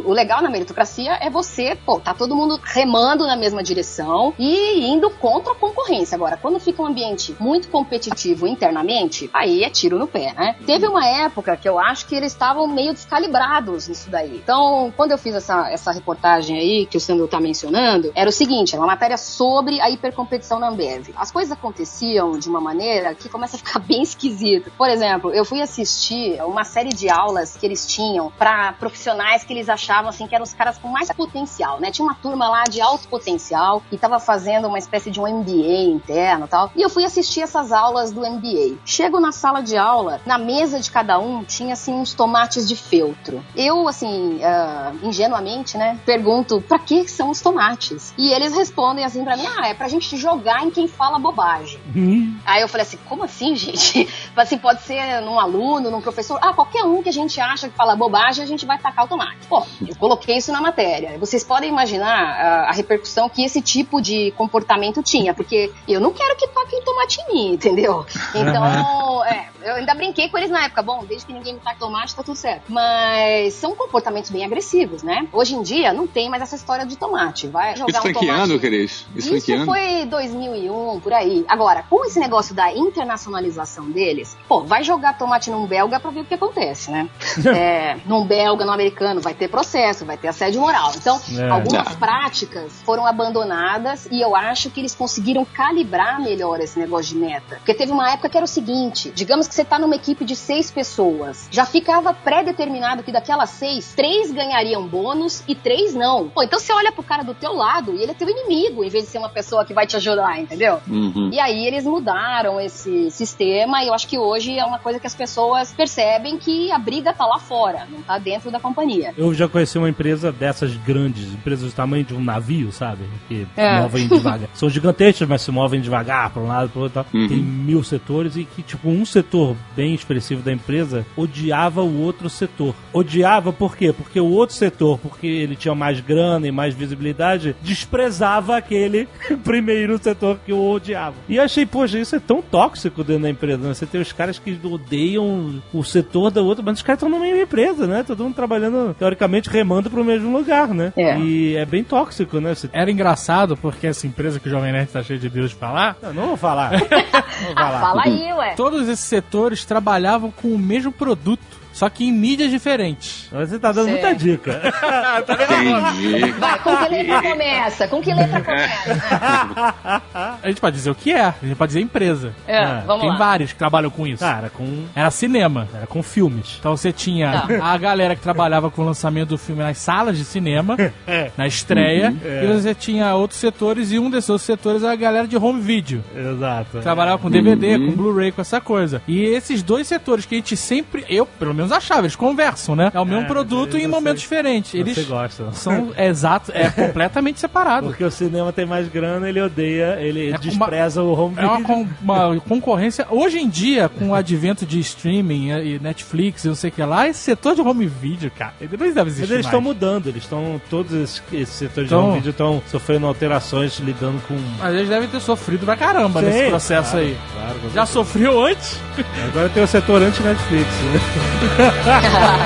na meritocracia é você, pô, tá todo mundo remando na mesma direção e indo contra a concorrência. Agora, quando fica um ambiente muito competitivo internamente, aí é tiro no pé, né? Teve uma época que eu acho que eles estavam meio descalibrados nisso daí. Então, quando eu fiz essa, essa reportagem aí, que o Sandro tá mencionando, era o seguinte, era uma matéria sobre a hipercompetição na Ambev. As coisas aconteciam de uma maneira que começa a ficar bem esquisito. Por exemplo, eu fui assistir uma série de aulas que eles tinham para profissionais que eles achavam assim que eram os caras com mais potencial, né? Tinha uma turma lá de alto potencial que tava fazendo uma espécie de um M B A interno e tal. E eu fui assistir essas aulas do M B A. Chego na sala de aula, na mesa de cada um tinha assim uns tomates de feltro. Eu, assim, uh, ingenuamente, né, pergunto pra que são os tomates? E eles respondem assim pra mim, ah, é pra gente jogar em quem fala bobagem. Uhum. Aí eu falei assim, como assim, gente? Assim, pode ser num aluno, num professor, ah, qualquer um que a gente acha que fala bobagem, a gente vai tacar o tomate. Pô, eu coloquei isso na matéria. Vocês podem imaginar a, a repercussão que esse tipo de comportamento tinha, porque eu não quero que taquem tomate em mim, entendeu? Então, é, eu ainda brinquei com eles na época, bom, desde que ninguém me taque tomate, tá tudo certo. Mas são comportamentos bem agressivos, né? Hoje em dia, não tem mais essa história de tomate. Vai jogar isso um foi que ano, tomate... Cris? Isso, isso foi que ano? foi dois mil e um, por aí. Agora, com esse negócio da internacionalização deles, pô, vai jogar tomate num belga pra ver o que acontece, né? É, num belga, num americano, vai ter processo, vai ter assédio moral. Então, é. algumas não. práticas foram abandonadas e eu acho que eles conseguiram calibrar melhor esse negócio de meta. Porque teve uma época que era o seguinte, digamos que você tá numa equipe de seis pessoas, já ficava pré-determinado que daquelas seis, três ganhariam bônus e três não. Pô, então você olha pro cara do teu lado e ele é teu inimigo, em vez de ser uma pessoa que vai te ajudar, entendeu? Uhum. E aí eles mudaram esse sistema e eu acho que hoje é uma coisa que as pessoas percebem que a briga tá lá fora, não tá dentro da companhia. Eu já conheci uma empresa dessas grandes, empresas do tamanho de um navio, sabe? Que é. movem devagar. São gigantescas, mas se movem devagar pra um lado, pro outro. Uhum. Tem mil setores e que, tipo, um setor bem expressivo da empresa odiava o outro setor. Odiava por quê? Porque o outro setor, porque ele tinha mais grana e mais visibilidade, desprezava aquele primeiro setor que o odiava. E eu achei, poxa, isso é tão tóxico dentro da empresa, né? Você tem os caras que odeiam o setor da outra, mas os caras estão na mesma empresa, né? Todo mundo trabalhando, teoricamente, remando pro mesmo lugar, né? É. E é bem tóxico, né? Você... Era engraçado, porque essa empresa que o Jovem Nerd tá cheio de Deus de falar... Não, não vou falar. Não vou falar. Ah, fala aí, ué. Todos esses setores trabalhavam com o mesmo produto. Só que em mídias diferentes. Você tá dando certo. muita dica. Entendi. Vai, com que letra começa? Com que letra começa? A gente pode dizer o que é. A gente pode dizer empresa. É, é. Vamos Tem lá. vários que trabalham com isso. Cara, com... Era cinema. Era com filmes. Então você tinha tá. a galera que trabalhava com o lançamento do filme nas salas de cinema, é. na estreia, uhum. é. e você tinha outros setores, e um desses outros setores era a galera de home video. Exato. Trabalhava com D V D, uhum. com Blu-ray, com essa coisa. E esses dois setores que a gente sempre... Eu, pelo menos, achava, eles conversam, né? É o mesmo é, produto em momentos diferentes. Eles você gosta. São, é, exato, é completamente separado. Porque o cinema tem mais grana, ele odeia, ele é despreza uma, o home video. É uma, com, uma concorrência. Hoje em dia, com o advento de streaming e Netflix e não sei o que lá, esse setor de home video, cara, ele não deve existir. Mas eles mais. estão mudando, eles estão, todos esses, esses setores então, de home video estão sofrendo alterações, lidando com... Mas eles devem ter sofrido pra caramba Sim, nesse processo claro, aí. Claro, Já sofreu antes? Agora tem o setor anti-Netflix, né?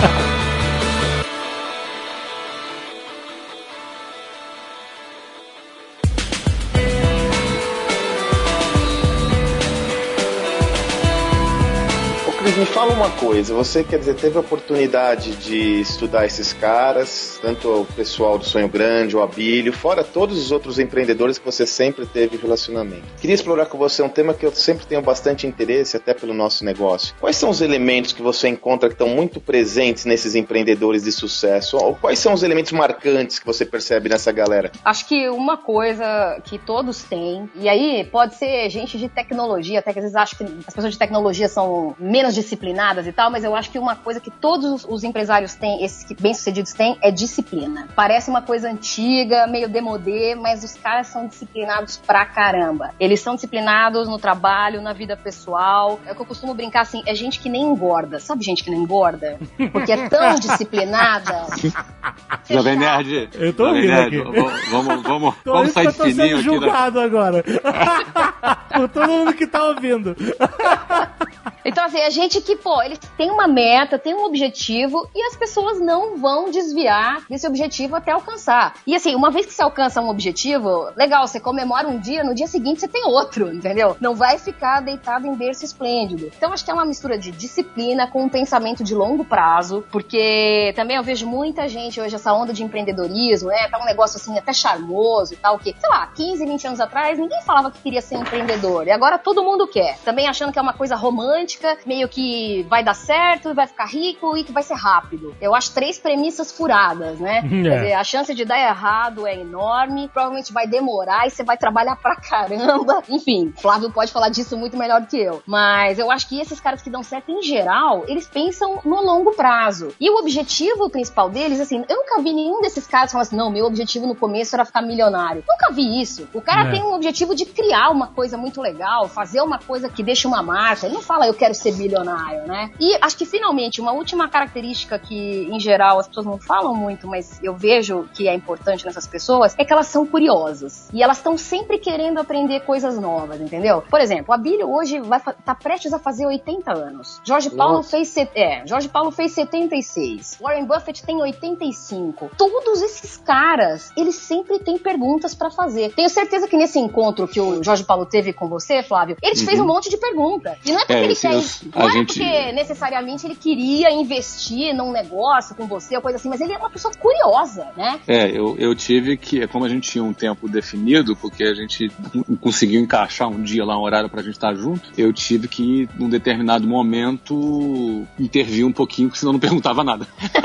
Me fala uma coisa, você, quer dizer, teve a oportunidade de estudar esses caras, tanto o pessoal do Sonho Grande, o Abílio, fora todos os outros empreendedores que você sempre teve relacionamento. Queria explorar com você um tema que eu sempre tenho bastante interesse, até pelo nosso negócio. Quais são os elementos que você encontra que estão muito presentes nesses empreendedores de sucesso? Ou quais são os elementos marcantes que você percebe nessa galera? Acho que uma coisa que todos têm, e aí pode ser gente de tecnologia, até que às vezes acho que as pessoas de tecnologia são menos disciplinadas e tal, mas eu acho que uma coisa que todos os empresários têm, esses que bem-sucedidos têm, é disciplina. Parece uma coisa antiga, meio demodê, mas os caras são disciplinados pra caramba. Eles são disciplinados no trabalho, na vida pessoal. É o que eu costumo brincar assim, é gente que nem engorda. Sabe gente que não engorda? Porque é tão disciplinada. Jovem Nerd. Eu tô ouvindo aqui. Vamos, vamos, vamos, vamos sair de fininho aqui. Julgado né? agora. por todo mundo que tá ouvindo. Então, assim, a gente que, pô, eles têm uma meta, tem um objetivo e as pessoas não vão desviar desse objetivo até alcançar. E, assim, uma vez que você alcança um objetivo, legal, você comemora um dia, no dia seguinte você tem outro, entendeu? Não vai ficar deitado em berço esplêndido. Então, acho que é uma mistura de disciplina com um pensamento de longo prazo, porque também eu vejo muita gente hoje, essa onda de empreendedorismo, né? Tá um negócio, assim, até charmoso e tal, que, sei lá, quinze, vinte anos atrás, ninguém falava que queria ser empreendedor. E agora todo mundo quer. Também achando que é uma coisa romântica, meio que vai dar certo, vai ficar rico e que vai ser rápido. Eu acho três premissas furadas, né? É. Quer dizer, a chance de dar errado é enorme, provavelmente vai demorar e você vai trabalhar pra caramba. Enfim, Flávio pode falar disso muito melhor do que eu. Mas eu acho que esses caras que dão certo, em geral, eles pensam no longo prazo. E o objetivo principal deles, assim, eu nunca vi nenhum desses caras falando assim, não, meu objetivo no começo era ficar milionário. Nunca vi isso. O cara é. tem um objetivo de criar uma coisa muito legal, fazer uma coisa que deixa uma marca. Ele não fala, eu quero ser bilionário, né? E acho que, finalmente, uma última característica que, em geral, as pessoas não falam muito, mas eu vejo que é importante nessas pessoas, é que elas são curiosas. E elas estão sempre querendo aprender coisas novas, entendeu? Por exemplo, a Billy hoje vai tá prestes a fazer oitenta anos. Jorge Paulo fez, é, Jorge Paulo fez setenta e seis. Warren Buffett tem oitenta e cinco. Todos esses caras, eles sempre têm perguntas pra fazer. Tenho certeza que nesse encontro que o Jorge Paulo teve com você, Flávio, ele te uhum. fez um monte de pergunta. E não é porque é, ele quer... Eu, não é gente... porque necessariamente ele queria investir num negócio com você ou coisa assim, mas ele é uma pessoa curiosa, né? É, eu, eu tive que... Como a gente tinha um tempo definido, porque a gente conseguiu encaixar um dia lá, um horário pra gente estar junto, eu tive que, num determinado momento, intervir um pouquinho, porque senão não perguntava nada.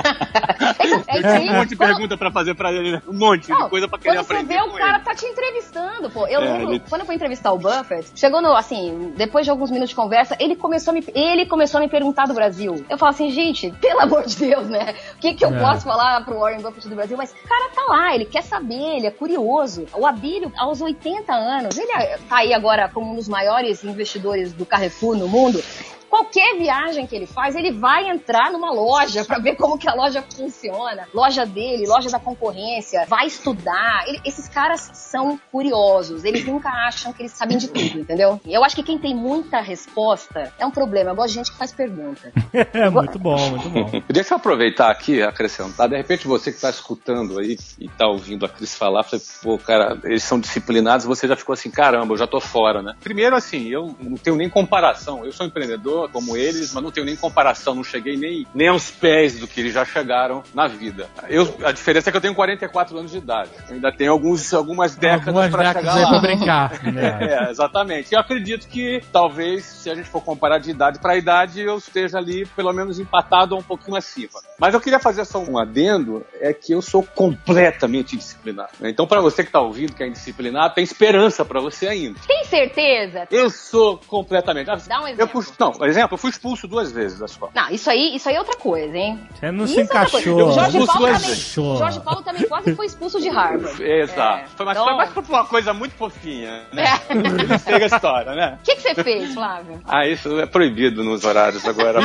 É, é, um monte de quando... pergunta pra fazer pra ele, né? Um monte não, de coisa pra querer aprender. Quando você vê, o cara ele. tá te entrevistando, pô. Eu é, lembro, ele... quando eu fui entrevistar o Buffett, chegou no, assim, depois de alguns minutos de conversa, ele começou a me, ele começou a me perguntar do Brasil. Eu falo assim, gente, pelo amor de Deus, né? O que que eu é. posso falar pro Warren Buffett do Brasil? Mas o cara tá lá, ele quer saber, ele é curioso. O Abílio, aos oitenta anos, ele tá aí agora como um dos maiores investidores do Carrefour no mundo. Qualquer viagem que ele faz, ele vai entrar numa loja pra ver como que a loja funciona. Loja dele, loja da concorrência, vai estudar. Ele, esses caras são curiosos. Eles nunca acham que eles sabem de tudo, entendeu? Eu acho que quem tem muita resposta é um problema. Eu gosto de gente que faz pergunta. É, muito bom, muito bom. Deixa eu aproveitar aqui e acrescentar. De repente você que tá escutando aí e tá ouvindo a Cris falar, fala, pô, cara, eles são disciplinados, você já ficou assim, caramba, eu já tô fora, né? Primeiro, assim, eu não tenho nem comparação. Eu sou empreendedor como eles, mas não tenho nem comparação, não cheguei nem, nem aos pés do que eles já chegaram na vida. Eu, a diferença é que eu tenho quarenta e quatro anos de idade. Eu ainda tenho alguns, algumas décadas para chegar lá. Pra brincar. Né? É, exatamente. Eu acredito que talvez, se a gente for comparar de idade para idade, eu esteja ali pelo menos empatado ou um pouquinho acima. Mas eu queria fazer só um adendo, é que eu sou completamente indisciplinado. Então, para você que está ouvindo, que é indisciplinado, tem esperança para você ainda. Tem certeza? Eu sou completamente. Dá um exemplo. Eu, não, por exemplo, eu fui expulso duas vezes da escola. Não, isso aí, isso aí é outra coisa, hein? Você não isso se encaixou. É Jorge, Paulo duas também, Jorge Paulo também quase foi expulso de Harvard. Exato. É. Foi, mas então... foi mais por uma coisa muito fofinha, né? É. Ele segue a história, né? O que, que você fez, Flávio? Ah, isso é proibido nos horários agora.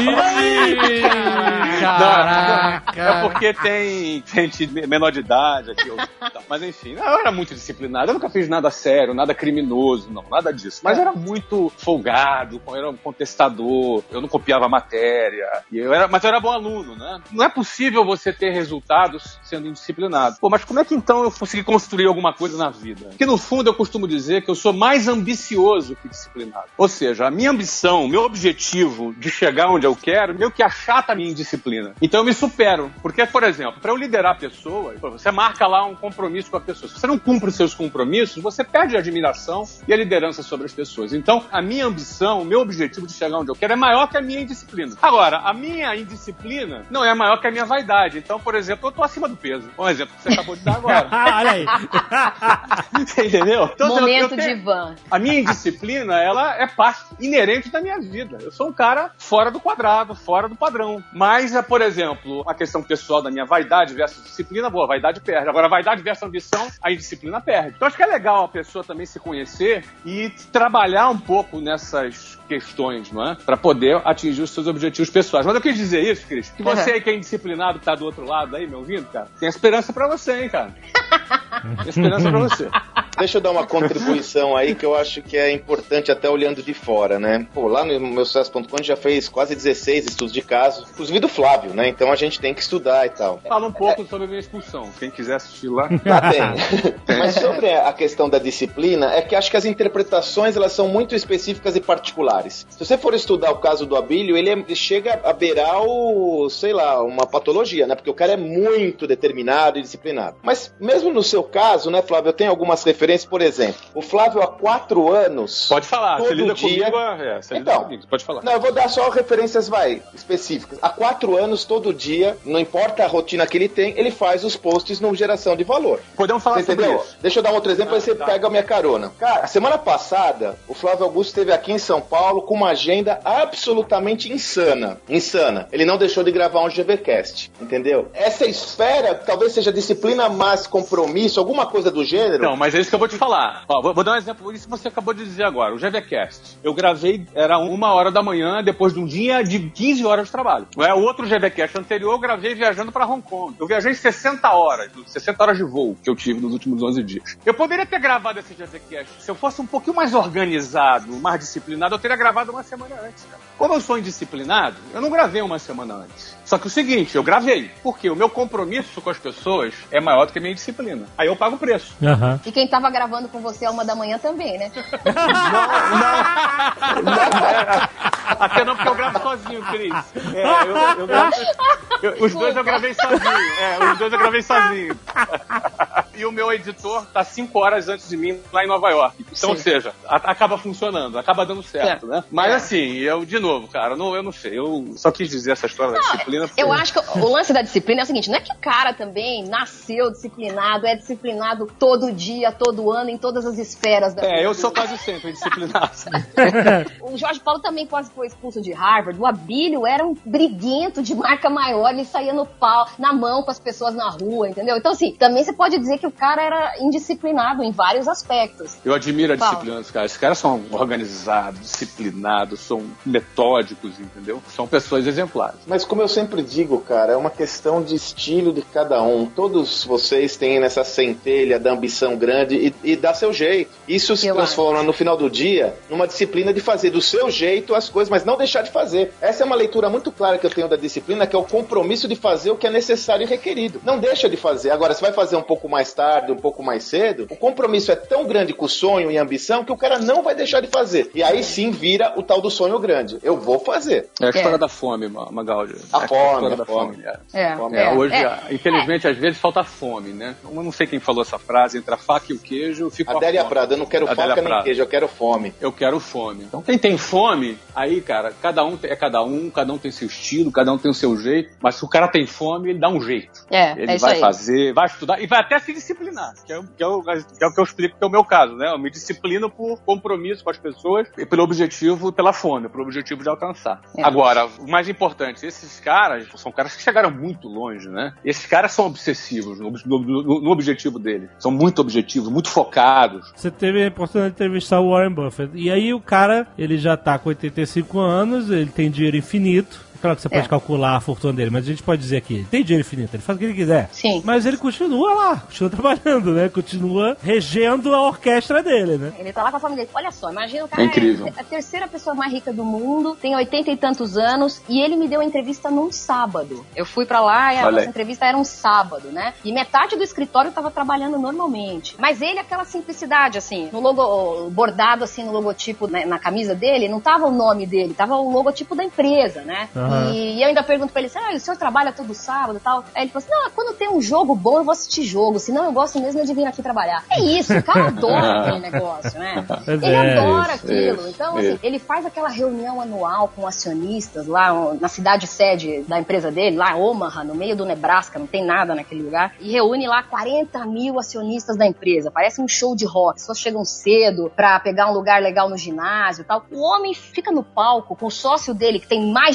Caraca! Não, é porque tem gente menor de idade aqui. Mas enfim, eu era muito disciplinado. Eu nunca fiz nada sério, nada criminoso, não, nada disso. Mas eu era muito folgado, eu era um contestador, eu não copiava a matéria. E eu era, mas eu era bom aluno, né? Não é possível você ter resultados sendo indisciplinado. Pô, mas como é que então eu consegui construir alguma coisa na vida? Porque no fundo eu costumo dizer que eu sou mais ambicioso que disciplinado. Ou seja, a minha ambição, o meu objetivo de chegar onde eu quero, meio que achata a minha indisciplina. Então eu me supero. Porque, por exemplo, para eu liderar pessoas, você marca lá um compromisso com a pessoa. Se você não cumpre os seus compromissos, você perde a admiração e a liderança sobre as pessoas. Então, a minha ambição, o meu objetivo de chegar onde eu quero é maior que a minha indisciplina. Agora, a minha indisciplina não é maior que a minha vaidade. Então, por exemplo, eu tô acima do peso. Um exemplo que você acabou de dar agora. Olha aí. Você entendeu? Então, Momento eu tenho... de van. A minha indisciplina, ela é parte inerente da minha vida. Eu sou um cara fora do quadrado, fora do padrão. Mas, por exemplo, a questão pessoal da minha vaidade versus disciplina, boa, a vaidade perde. Agora, a vaidade versus ambição, a indisciplina perde. Então, acho que é legal a pessoa também se conhecer e trabalhar um pouco nessas questões, não é? Pra poder atingir os seus objetivos pessoais. Mas eu quis dizer isso, Cris, que você aí que é indisciplinado, que tá do outro lado aí, me ouvindo, cara, tem esperança pra você, hein, cara. Tem esperança pra você. Deixa eu dar uma contribuição aí que eu acho que é importante até olhando de fora, né? Pô, lá no meu sucesso ponto com a gente já fez quase dezesseis estudos de caso, inclusive do Flávio, né? Então a gente tem que estudar e tal. Fala um pouco é... sobre a minha expulsão. Quem quiser assistir lá. Lá tem. Mas sobre a questão da disciplina, é que acho que as interpretações, elas são muito específicas e particulares. Se você for estudar o caso do Abílio, ele, é, ele chega a beirar o, sei lá, uma patologia, né? Porque o cara é muito determinado e disciplinado. Mas mesmo no seu caso, né, Flávio, eu tenho algumas referências, por exemplo, o Flávio há quatro anos... Pode falar, todo você lida dia... comigo, é, você lida então, comigo, pode falar. Não, eu vou dar só referências, vai, específicas. Há quatro anos, todo dia, não importa a rotina que ele tem, ele faz os posts no Geração de Valor. Podemos falar você sobre entendeu? isso. Deixa eu dar um outro exemplo, Ah, aí você tá. pega a minha carona. Cara, a semana passada, o Flávio Augusto esteve aqui em São Paulo com uma agenda absolutamente insana. Insana. Ele não deixou de gravar um GVCast, entendeu? Essa esfera, talvez seja disciplina mais compromisso, alguma coisa do gênero. Não, mas é isso que eu vou te falar. Ó, vou, vou dar um exemplo, isso que você acabou de dizer agora, o GVCast. Eu gravei, era uma hora da manhã, depois de um dia de quinze horas de trabalho. É, o outro GVCast anterior, eu gravei viajando pra Hong Kong. Eu viajei sessenta horas, sessenta horas de voo que eu tive nos últimos onze dias. Eu poderia ter gravado esse GVCast. Se eu fosse um pouquinho mais organizado, mais disciplinado, eu teria gravado uma semana antes, cara. Como eu sou indisciplinado, eu não gravei uma semana antes. Só que o seguinte, eu gravei. Porque o meu compromisso com as pessoas é maior do que a minha disciplina. Aí eu pago o preço. Uhum. E quem tava gravando com você a uma da manhã também, né? Não, não. Até não, porque eu gravo sozinho, Cris. É, eu, eu gravo, eu, os dois eu gravei sozinho. É, os dois eu gravei sozinho. E o meu editor tá cinco horas antes de mim lá em Nova York. Então, Sim. ou seja, a, acaba funcionando, acaba dando certo, é. né? Mas é. assim, eu, de novo, cara, não, eu não sei. Eu só quis dizer essa história não, da disciplina. Porque... Eu acho que o lance da disciplina é o seguinte, não é que o cara também nasceu disciplinado, é disciplinado todo dia, todo ano, em todas as esferas da vida. É, eu sou quase sempre disciplinado. O Jorge Paulo também quase foi expulso de Harvard. O Abílio era um briguento de marca maior, ele saía no pau, na mão com as pessoas na rua, entendeu? Então, assim, também você pode dizer que o cara era indisciplinado em vários aspectos. Eu admiro a Paulo. disciplina dos caras. Esses caras são organizados, disciplinados, são metódicos, entendeu? São pessoas exemplares. Mas como eu sempre digo, cara, é uma questão de estilo de cada um. Todos vocês têm nessa centelha da ambição grande e, e dá seu jeito. Isso se eu transforma, acho. no final do dia, numa disciplina de fazer do seu jeito as coisas, mas não deixar de fazer. Essa é uma leitura muito clara que eu tenho da disciplina, que é o compromisso de fazer o que é necessário e requerido. Não deixa de fazer. Agora, se vai fazer um pouco mais tarde, um pouco mais cedo, o compromisso é tão grande com o sonho e a ambição que o cara não vai deixar de fazer. E aí sim vira o tal do sonho grande. Eu vou fazer. É a história é. da fome, Magaldi. A é fome, a, a fome. fome. É. É. É. É. Hoje, é. infelizmente, é. às vezes falta fome, né? Eu não sei quem falou essa frase, entre a faca e o queijo, eu fico Adélia Prada, eu não quero Adélia faca Prada. nem queijo, eu quero fome. Eu quero fome. Então, quem tem fome, aí, cara, cada um é cada um, cada um tem seu estilo, cada um tem o seu jeito, mas se o cara tem fome, ele dá um jeito. É, ele é isso vai aí. fazer, vai estudar e vai até se disciplinar, que é, que, é o, que é o que eu explico que é o meu caso, né? Eu me disciplino por compromisso com as pessoas e pelo objetivo, pela fome, pelo objetivo de alcançar. É. Agora, o mais importante, esses caras são caras que chegaram muito longe, né? Esses caras são obsessivos no, no, no, no objetivo deles. São muito objetivos, muito focados. Você teve a oportunidade de entrevistar o Warren Buffett. E aí o cara, ele já tá com oitenta e cinco anos, ele tem dinheiro infinito. Claro que você pode é. calcular a fortuna dele, mas a gente pode dizer que ele tem dinheiro infinito, ele faz o que ele quiser. Sim. Mas ele continua lá, continua trabalhando, né? Continua regendo a orquestra dele, né? Ele tá lá com a família dele. Olha só, imagina o cara é incrível. É a terceira pessoa mais rica do mundo, tem oitenta e tantos anos, e ele me deu uma entrevista num sábado. Eu fui pra lá e a nossa entrevista era um sábado, né? E metade do escritório tava trabalhando normalmente. Mas ele, aquela simplicidade, assim, no logo, bordado assim no logotipo, né, na camisa dele, não tava o nome dele, tava o logotipo da empresa, né? Uhum. E, e eu ainda pergunto pra ele assim, ah, o senhor trabalha todo sábado e tal? Aí ele falou assim, não, quando tem um jogo bom eu vou assistir jogo, senão eu gosto mesmo de vir aqui trabalhar. É isso, o cara adora aquele negócio, né? Ele é, adora isso, aquilo. isso, então, isso. assim, ele faz aquela reunião anual com acionistas lá na cidade sede da empresa dele, lá em Omaha, no meio do Nebraska, não tem nada naquele lugar, e reúne lá quarenta mil acionistas da empresa. Parece um show de rock, as pessoas chegam cedo pra pegar um lugar legal no ginásio e tal. O homem fica no palco com o sócio dele, que tem mais de noventa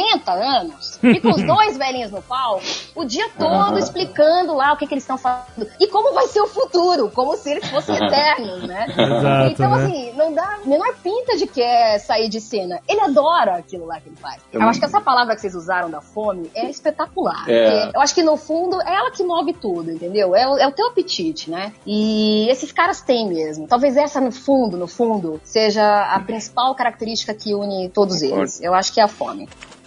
quarenta anos, ficam os dois velhinhos no palco, o dia todo explicando lá o que, que eles estão fazendo. E como vai ser o futuro, como se eles fossem eternos, né? Exato, então, né? assim, não dá a menor pinta de que é sair de cena. Ele adora aquilo lá que ele faz. Eu acho que essa palavra que vocês usaram da fome é espetacular. É. Eu acho que, no fundo, é ela que move tudo, entendeu? É o, é o teu apetite, né? E esses caras têm mesmo. Talvez essa, no fundo, no fundo, seja a principal característica que une todos eles. Eu acho que é a fome.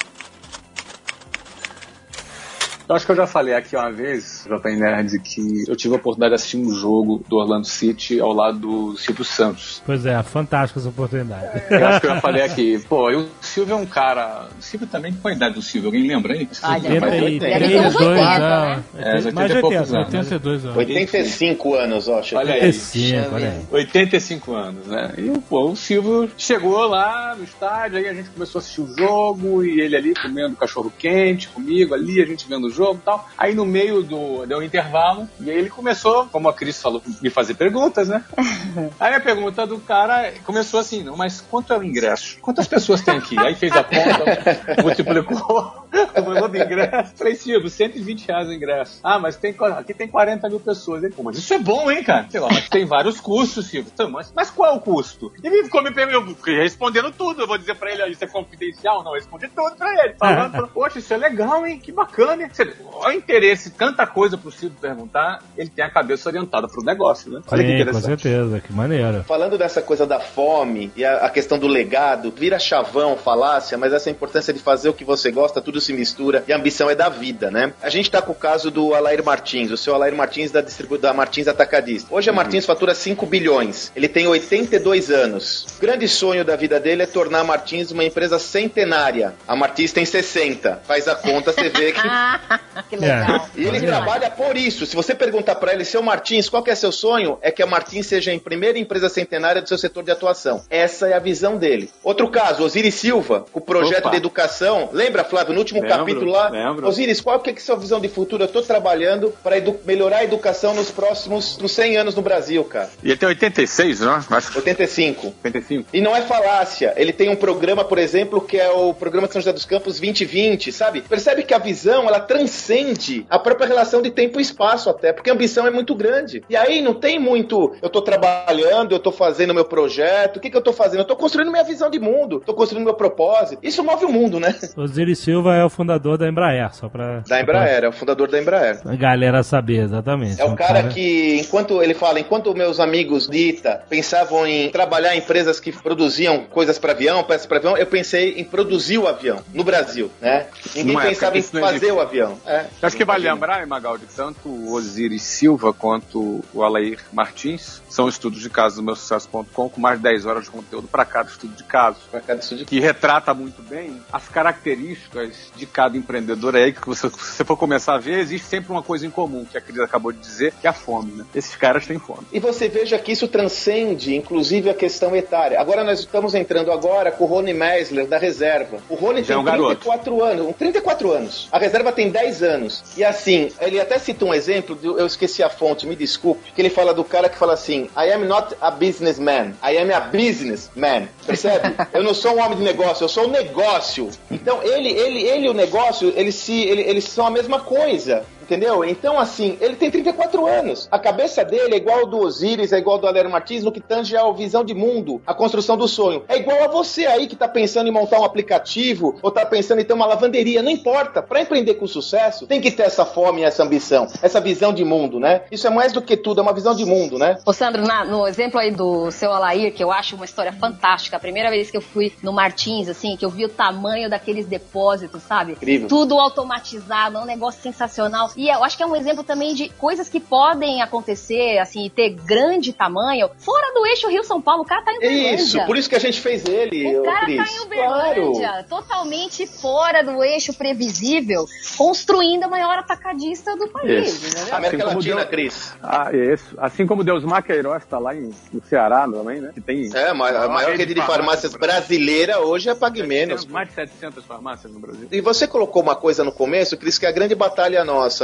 Eu acho que eu já falei aqui uma vez, Jovem Nerd, que eu tive a oportunidade de assistir um jogo do Orlando City ao lado do Silvio Santos. Pois é, fantástica essa oportunidade. Eu acho que eu já falei aqui. Pô, e o Silvio é um cara... O Silvio também, qual a idade do Silvio? Alguém lembra aí? Ah, oitenta e deve ter uns oitenta, né? É, Mais oitenta e poucos anos. oitenta e dois anos. oitenta e cinco anos, ó. Olha aí. oitenta e cinco, olha aí. oitenta e cinco anos, né? E, pô, o Silvio chegou lá no estádio, aí a gente começou a assistir o jogo, e ele ali comendo cachorro quente comigo ali, a gente vendo o jogo e tal. Aí no meio do deu um intervalo, e aí ele começou, como a Cris falou, me fazer perguntas, né? Aí a pergunta do cara começou assim, não, mas quanto é o ingresso? Quantas pessoas tem aqui? Aí fez a conta, multiplicou o valor do ingresso. Falei, Silvio, cento e vinte reais o ingresso. Ah, mas tem, aqui tem quarenta mil pessoas. Ele, pô, mas isso é bom, hein, cara? Sei lá, mas tem vários custos, Silvio. Então, mas, mas qual é o custo? E ele ficou me perguntando, respondendo tudo. Eu vou dizer pra ele, ó, isso é confidencial? Não, eu respondi tudo pra ele. Falando, falando, poxa, isso é legal, hein? Que bacana, hein? Você, olha o interesse, tanta coisa pro Silvio perguntar, ele tem a cabeça orientada pro negócio, né? Olha Sim, que interessante. com certeza, que maneiro. Falando dessa coisa da fome e a, a questão do legado, vira chavão, falácia, mas essa importância de fazer o que você gosta, tudo se mistura e a ambição é da vida, né? A gente tá com o caso do Alair Martins, o seu Alair Martins da distribuidora Martins Atacadista. Hoje a Martins fatura cinco bilhões, ele tem oitenta e dois anos. O grande sonho da vida dele é tornar a Martins uma empresa centenária. A Martins tem sessenta. Faz a conta, você vê que... Que legal. E ele trabalha por isso. Se você perguntar pra ele, seu Martins, qual que é seu sonho? É que a Martins seja a primeira empresa centenária do seu setor de atuação. Essa é a visão dele. Outro caso, Osiris Silva, com o projeto Opa. de educação. Lembra, Flávio, no último Lembro, capítulo lá? lembro. Osiris, qual que é a sua visão de futuro? Eu tô trabalhando pra edu- melhorar a educação nos próximos nos cem anos no Brasil, cara. E ele tem oitenta e seis, né? Acho. oitenta e cinco. oitenta e cinco. E não é falácia. Ele tem um programa, por exemplo, que é o programa de São José dos Campos vinte vinte, sabe? Percebe que a visão, ela transcende a própria relação de tempo e espaço até, porque a ambição é muito grande. E aí não tem muito, eu tô trabalhando, eu tô fazendo meu projeto, o que que eu tô fazendo? Eu tô construindo minha visão de mundo, tô construindo meu propósito. Isso move o mundo, né? Osiris Silva é o fundador da Embraer, só pra... Da Embraer, é o fundador da Embraer. A galera saber, exatamente. É o cara que, enquanto ele fala, enquanto meus amigos de Ita pensavam em trabalhar em empresas que produziam coisas para avião, peças para avião, eu pensei em produzir o avião no Brasil, né? Ninguém Não é, pensava em isso não fazer existe. o avião. É. Eu acho que vale lembrar, hein, Magaldi, tanto o Osiris Silva quanto o Alair Martins são estudos de caso do meu sucesso ponto com, com mais de dez horas de conteúdo para cada estudo de caso, Pra cada estudo de que retrata muito bem as características de cada empreendedor aí, que você, se você for começar a ver, existe sempre uma coisa em comum, que a Cris acabou de dizer, que é a fome, né? Esses caras têm fome. E você veja que isso transcende, inclusive, a questão etária. Agora nós estamos entrando agora com o Rony Meisler, da reserva. O Rony Já tem é um trinta e quatro anos. trinta e quatro anos. A reserva tem dez anos. E assim, ele até cita um exemplo, de, eu esqueci a fonte, me desculpe, que ele fala do cara que fala assim, I am not a businessman, I am a businessman. Percebe? Eu não sou um homem de negócio, eu sou um negócio. Então, ele, ele, ele e o negócio, eles, se, ele, eles são a mesma coisa. Entendeu? Então, assim, ele tem trinta e quatro anos. A cabeça dele é igual ao do Osiris, é igual ao do Alair Martins, no que tange a visão de mundo, a construção do sonho. É igual a você aí que tá pensando em montar um aplicativo, ou tá pensando em ter uma lavanderia, não importa. Pra empreender com sucesso, tem que ter essa fome e essa ambição, essa visão de mundo, né? Isso é mais do que tudo, é uma visão de mundo, né? Ô Sandro, na, no exemplo aí do seu Alair, que eu acho uma história fantástica, a primeira vez que eu fui no Martins, assim, que eu vi o tamanho daqueles depósitos, sabe? Incrível. Tudo automatizado, é um negócio sensacional. E eu acho que é um exemplo também de coisas que podem acontecer, assim, e ter grande tamanho, fora do eixo Rio-São Paulo. O cara tá em Uberlândia. Isso, por isso que a gente fez ele, O ô, cara Cris. tá em Uberlândia, Claro. totalmente fora do eixo previsível, construindo a maior atacadista do país, Isso. entendeu? América Assim como Latina, deu- Cris. Ah, isso. Assim como Deusmar Queiroz está lá em, no Ceará também, né? Que tem É, mas a maior rede de farmácias no Brasil. brasileira hoje é a Pague Menos. Mais de setecentas farmácias no Brasil. E você colocou uma coisa no começo, Cris, que é a grande batalha nossa,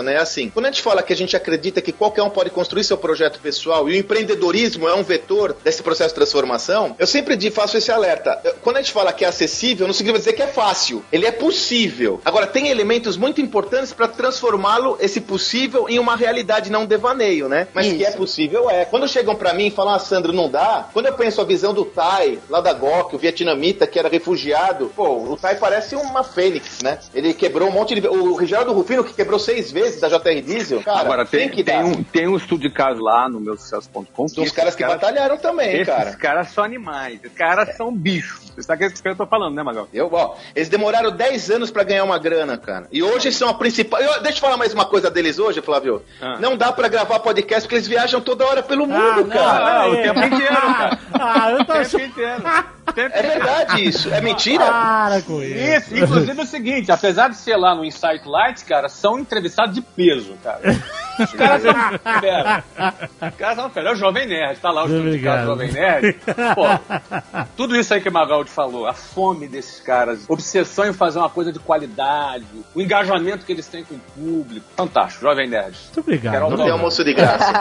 conversa, né? É assim, quando a gente fala que a gente acredita que qualquer um pode construir seu projeto pessoal e o empreendedorismo é um vetor desse processo de transformação, eu sempre faço esse alerta. Quando a gente fala que é acessível, não significa dizer que é fácil. Ele é possível. Agora, tem elementos muito importantes para transformá-lo, esse possível, em uma realidade, não um devaneio, né? Mas Isso. que é possível, é. Quando chegam para mim e falam, ah, Sandro, não dá. Quando eu penso a visão do Tai, lá da G O C, o vietnamita que era refugiado, pô, o Tai parece uma fênix, né? Ele quebrou um monte de... O Reginaldo Rufino, que quebrou seis vezes da J R Diesel, cara, Agora, tem, tem que tem dar. Um, tem um estudo de caso lá no meu sucesso ponto com. Dos caras que caras, batalharam também, esses cara. Esses caras são animais. Esses caras são bichos. Você sabe o que eu tô falando, né, Magal? Eu, ó, eles demoraram dez anos pra ganhar uma grana, cara. E hoje eles são a principal... Eu, deixa eu falar mais uma coisa deles hoje, Flávio. Ah. Não dá pra gravar podcast porque eles viajam toda hora pelo mundo, ah, cara. Não, não, o tempo inteiro, cara. Ah, eu tô o tempo inteiro. É verdade isso. É mentira? Para com isso. Isso. Inclusive é o seguinte, apesar de ser lá no Insight Lights, cara, são entrevistados de peso, cara. Os caras são fera. Os caras são fera. É o Jovem Nerd, tá lá o estudo de caso do Jovem Nerd. Pô, tudo isso aí que o Magaldi falou, a fome desses caras, obsessão em fazer uma coisa de qualidade, o engajamento que eles têm com o público. Fantástico, Jovem Nerd. Muito obrigado. Não tem almoço de graça.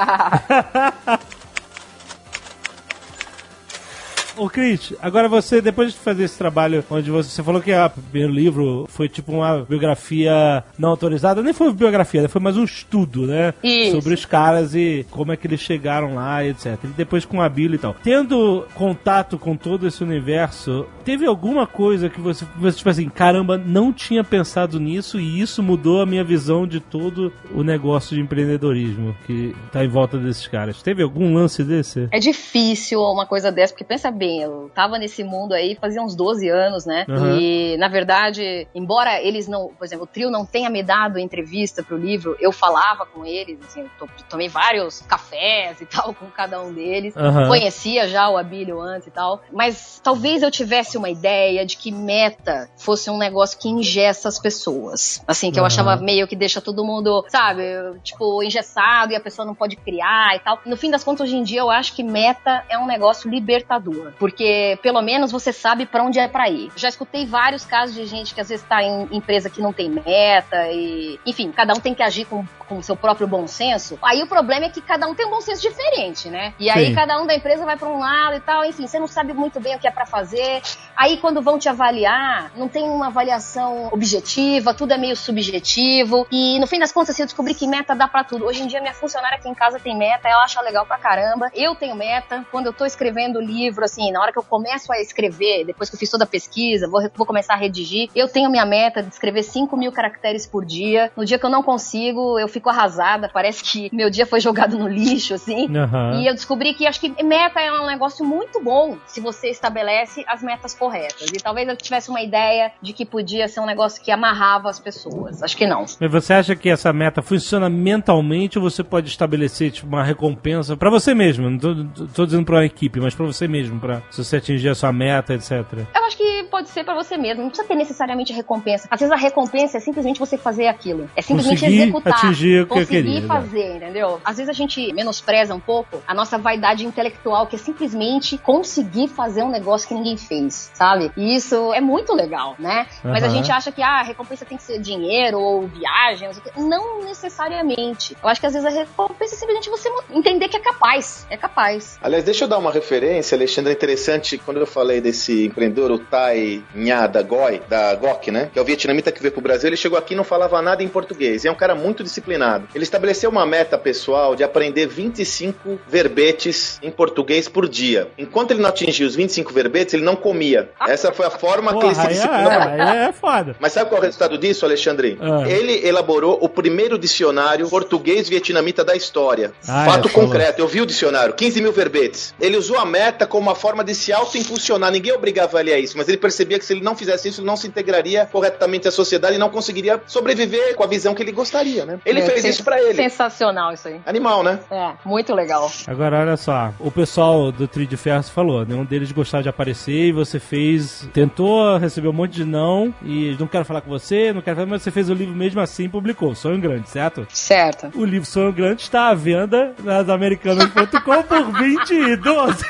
Ô, Cris, agora você, depois de fazer esse trabalho, onde você, você falou que o primeiro livro foi tipo uma biografia não autorizada, nem foi biografia, foi mais um estudo, né? Isso. Sobre os caras e como é que eles chegaram lá, etcétera. E depois com a Bíblia e tal. Tendo contato com todo esse universo, teve alguma coisa que você, você, tipo assim, caramba, não tinha pensado nisso e isso mudou a minha visão de todo o negócio de empreendedorismo que tá em volta desses caras. Teve algum lance desse? É difícil uma coisa dessa, porque pensa bem, eu tava nesse mundo aí fazia uns doze anos, né? Uhum. E, na verdade, embora eles não... Por exemplo, o trio não tenha me dado entrevista pro livro, eu falava com eles, assim, eu tomei vários cafés e tal com cada um deles. Uhum. Conhecia já o Abílio antes e tal. Mas talvez eu tivesse uma ideia de que meta fosse um negócio que ingessa as pessoas. Assim, que uhum. eu achava meio que deixa todo mundo, sabe, tipo, engessado e a pessoa não pode criar e tal. No fim das contas, hoje em dia, eu acho que meta é um negócio libertador. Porque, pelo menos, você sabe pra onde é pra ir. Já escutei vários casos de gente que às vezes tá em empresa que não tem meta e... Enfim, cada um tem que agir com o seu próprio bom senso. Aí o problema é que cada um tem um bom senso diferente, né? E aí Sim. cada um da empresa vai pra um lado e tal. Enfim, você não sabe muito bem o que é pra fazer. Aí quando vão te avaliar, não tem uma avaliação objetiva, tudo é meio subjetivo. E no fim das contas, assim, eu descobri que meta dá pra tudo. Hoje em dia, minha funcionária aqui em casa tem meta, ela acha legal pra caramba. Eu tenho meta. Quando eu tô escrevendo livro, assim, na hora que eu começo a escrever, depois que eu fiz toda a pesquisa, vou, vou começar a redigir, eu tenho minha meta de escrever cinco mil caracteres por dia. No dia que eu não consigo, eu fico arrasada, parece que meu dia foi jogado no lixo, assim. Uhum. E eu descobri que acho que meta é um negócio muito bom se você estabelece as metas corretas. E talvez eu tivesse uma ideia de que podia ser um negócio que amarrava as pessoas. Acho que não. Mas você acha que essa meta funciona mentalmente ou você pode estabelecer tipo, uma recompensa pra você mesmo? Não tô, tô dizendo pra uma equipe, mas pra você mesmo, pra se você atingir a sua meta, etcétera. Eu acho que pode ser pra você mesmo. Não precisa ter necessariamente recompensa. Às vezes a recompensa é simplesmente você fazer aquilo. É simplesmente conseguir executar. Atingir o que conseguir eu queria, fazer, né? Entendeu? Às vezes a gente menospreza um pouco a nossa vaidade intelectual, que é simplesmente conseguir fazer um negócio que ninguém fez, sabe? E isso é muito legal, né? Uhum. Mas a gente acha que ah, a recompensa tem que ser dinheiro ou viagem, não necessariamente. Eu acho que às vezes a recompensa é simplesmente você entender que é capaz. É capaz. Aliás, deixa eu dar uma referência, Alexandre, interessante, quando eu falei desse empreendedor, o Tai Nha da Goi, da G O C, né? Que é o vietnamita que veio pro Brasil, ele chegou aqui e não falava nada em português. E é um cara muito disciplinado. Ele estabeleceu uma meta pessoal de aprender vinte e cinco verbetes em português por dia. Enquanto ele não atingia os vinte e cinco verbetes, ele não comia. Essa foi a forma Porra, que ele se disciplinou. É, é foda. Mas sabe qual é o resultado disso, Alexandre? Ah. Ele elaborou o primeiro dicionário português-vietnamita da história. Ah, Fato é, concreto. Eu vi o dicionário. quinze mil verbetes. Ele usou a meta como uma forma de se auto-impulsionar. Ninguém obrigava ele a isso, mas ele percebia que se ele não fizesse isso, ele não se integraria corretamente à sociedade e não conseguiria sobreviver com a visão que ele gostaria, né? Ele é, fez isso pra ele. Sensacional isso aí. Animal, né? É, muito legal. Agora, olha só. O pessoal do Trio de Ferro falou, nenhum deles gostava de aparecer e você fez, tentou, recebeu um monte de não e não quero falar com você, não quero falar, mas você fez o livro mesmo assim e publicou. Sonho Grande, certo? Certo. O livro Sonho Grande está à venda nas americanas ponto com por vinte e doze.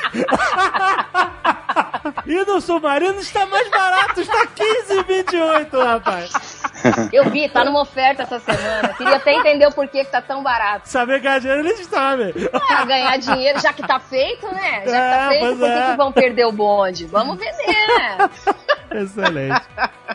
E no Submarino está mais barato, está quinze e vinte e oito, rapaz. Eu vi, tá numa oferta essa semana. Queria até entender o porquê que tá tão barato. Saber ganhar dinheiro eles sabem. Ah, ganhar dinheiro, já que tá feito, né? Já que tá É, feito, pois por que é. que vão perder o bonde? Vamos vender, né? Excelente.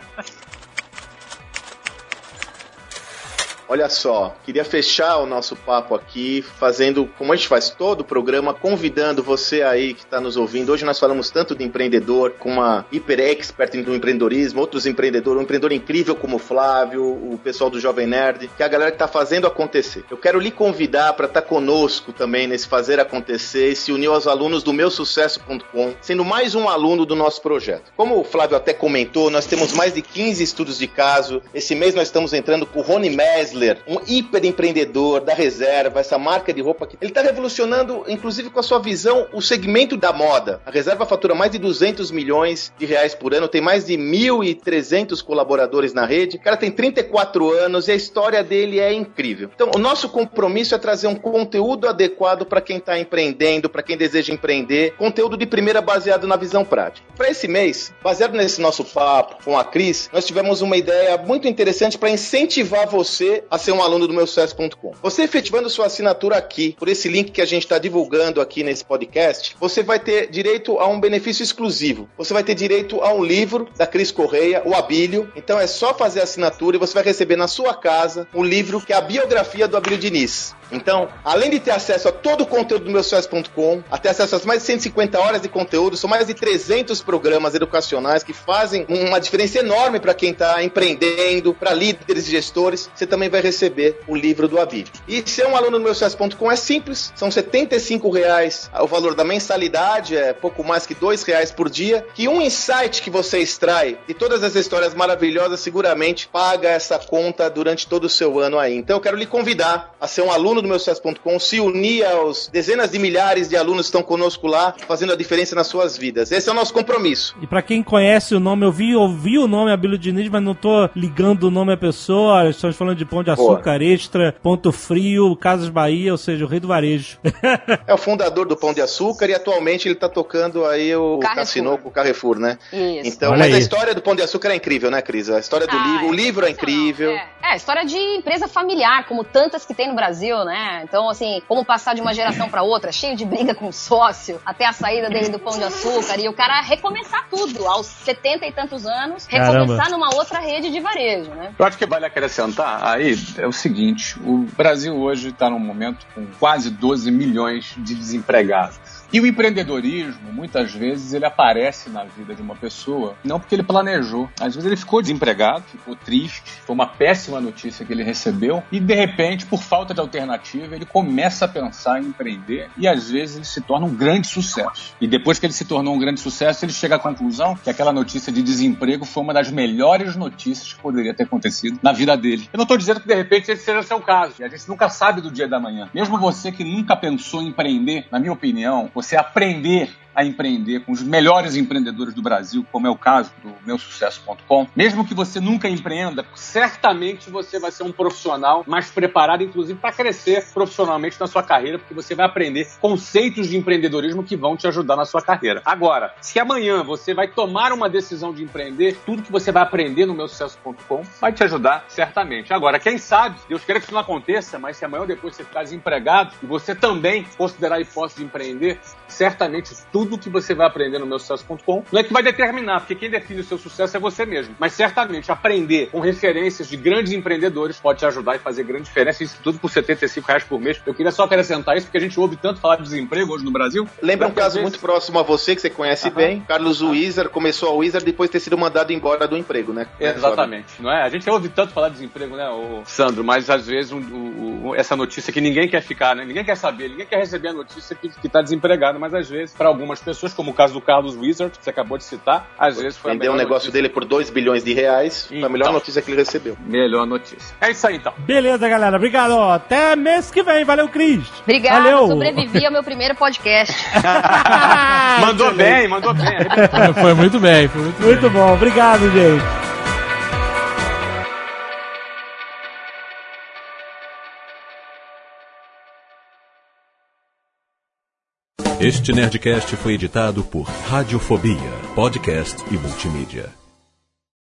Olha só, queria fechar o nosso papo aqui fazendo, como a gente faz todo o programa, convidando você aí que está nos ouvindo. Hoje nós falamos tanto de empreendedor, com uma hiper expert no empreendedorismo, outros empreendedores, um empreendedor incrível como o Flávio, o pessoal do Jovem Nerd, que é a galera que está fazendo acontecer. Eu quero lhe convidar para estar conosco também nesse fazer acontecer e se unir aos alunos do meu sucesso ponto com, sendo mais um aluno do nosso projeto. Como o Flávio até comentou, nós temos mais de quinze estudos de caso. Esse mês nós estamos entrando com o Rony Mesler, um hiper empreendedor da Reserva, essa marca de roupa que ele está revolucionando, inclusive com a sua visão, o segmento da moda. A Reserva fatura mais de duzentos milhões de reais por ano, tem mais de mil e trezentos colaboradores na rede. O cara tem trinta e quatro anos e a história dele é incrível. Então, o nosso compromisso é trazer um conteúdo adequado para quem está empreendendo, para quem deseja empreender, conteúdo de primeira baseado na visão prática. Para esse mês, baseado nesse nosso papo com a Cris, nós tivemos uma ideia muito interessante para incentivar você a ser um aluno do meu sucesso ponto com. Você efetivando sua assinatura aqui, por esse link que a gente está divulgando aqui nesse podcast, você vai ter direito a um benefício exclusivo. Você vai ter direito a um livro da Cris Correia, o Abílio. Então é só fazer a assinatura e você vai receber na sua casa um livro que é a biografia do Abílio Diniz. Então, além de ter acesso a todo o conteúdo do meu sucesso ponto com, a ter acesso a mais de cento e cinquenta horas de conteúdo, são mais de trezentos programas educacionais que fazem uma diferença enorme para quem está empreendendo, para líderes e gestores, você também vai receber o livro do Abílio. E ser um aluno do meu sucesso ponto com é simples, são setenta e cinco reais o valor da mensalidade, é pouco mais que dois reais por dia, que um insight que você extrai de todas as histórias maravilhosas seguramente paga essa conta durante todo o seu ano aí. Então eu quero lhe convidar a ser um aluno do meu sucesso ponto com, se unir aos dezenas de milhares de alunos que estão conosco lá, fazendo a diferença nas suas vidas. Esse é o nosso compromisso. E pra quem conhece o nome, eu vi, ouvi o nome Abílio Diniz, mas não tô ligando o nome à pessoa. Estamos falando de Pão de Açúcar, Boa. Extra, Ponto Frio, Casas Bahia, ou seja, o rei do varejo. É o fundador do Pão de Açúcar e atualmente ele tá tocando aí o Cassino com o Carrefour, né? Isso. Então, Olha mas aí. A história do Pão de Açúcar é incrível, né, Cris? A história do Ah, livro, é o livro é incrível. É. é, a história de empresa familiar, como tantas que tem no Brasil, né? Então, assim, como passar de uma geração pra outra, cheio de briga com o sócio, até a saída dele do Pão de Açúcar, e o cara recomeçar tudo, aos setenta e tantos anos, recomeçar Caramba. numa outra rede de varejo, né? Eu acho que vale acrescentar aí é o seguinte, o Brasil hoje está num momento com quase doze milhões de desempregados. E o empreendedorismo, muitas vezes, ele aparece na vida de uma pessoa, não porque ele planejou. Às vezes ele ficou desempregado, ficou triste, foi uma péssima notícia que ele recebeu, e de repente, por falta de alternativa, ele começa a pensar em empreender, e às vezes ele se torna um grande sucesso. E depois que ele se tornou um grande sucesso, ele chega à conclusão que aquela notícia de desemprego foi uma das melhores notícias que poderia ter acontecido na vida dele. Eu não estou dizendo que de repente esse seja o seu caso, e a gente nunca sabe do dia da manhã. Mesmo você que nunca pensou em empreender, na minha opinião, você aprender a empreender com os melhores empreendedores do Brasil, como é o caso do meu sucesso ponto com. Mesmo que você nunca empreenda, certamente você vai ser um profissional mais preparado, inclusive, para crescer profissionalmente na sua carreira, porque você vai aprender conceitos de empreendedorismo que vão te ajudar na sua carreira. Agora, se amanhã você vai tomar uma decisão de empreender, tudo que você vai aprender no meu sucesso ponto com vai te ajudar, certamente. Agora, quem sabe, Deus queira que isso não aconteça, mas se amanhã ou depois você ficar desempregado e você também considerar a hipótese de empreender, certamente tudo Tudo que você vai aprender no meu sucesso ponto com não é que vai determinar, porque quem define o seu sucesso é você mesmo. Mas certamente aprender com referências de grandes empreendedores pode te ajudar e fazer grande diferença. Isso tudo por setenta e cinco reais por mês. Eu queria só acrescentar isso, porque a gente ouve tanto falar de desemprego hoje no Brasil. Lembra um caso vezes... muito próximo a você, que você conhece Aham. bem. Carlos Wizard começou a Wizard depois de ter sido mandado embora do emprego, né? Exatamente. Não é? A gente ouve tanto falar de desemprego, né, o Sandro? Mas às vezes um, um, um, essa notícia que ninguém quer ficar, né? Ninguém quer saber, ninguém quer receber a notícia que, que tá desempregado. Mas às vezes, para algumas pessoas, como o caso do Carlos Wizard, que você acabou de citar, às vezes foi Vendeu a um melhor negócio notícia. dele por dois bilhões de reais. Foi a melhor Então. notícia que ele recebeu. Melhor notícia. É isso aí, então. Beleza, galera. Obrigado. Até mês que vem. Valeu, Cris. Obrigada, Valeu. sobrevivi ao meu primeiro podcast. Mandou bem, mandou bem. Foi muito bem, foi muito, Muito bem. bom. Obrigado, gente. Este Nerdcast foi editado por Radiofobia, podcast e multimídia.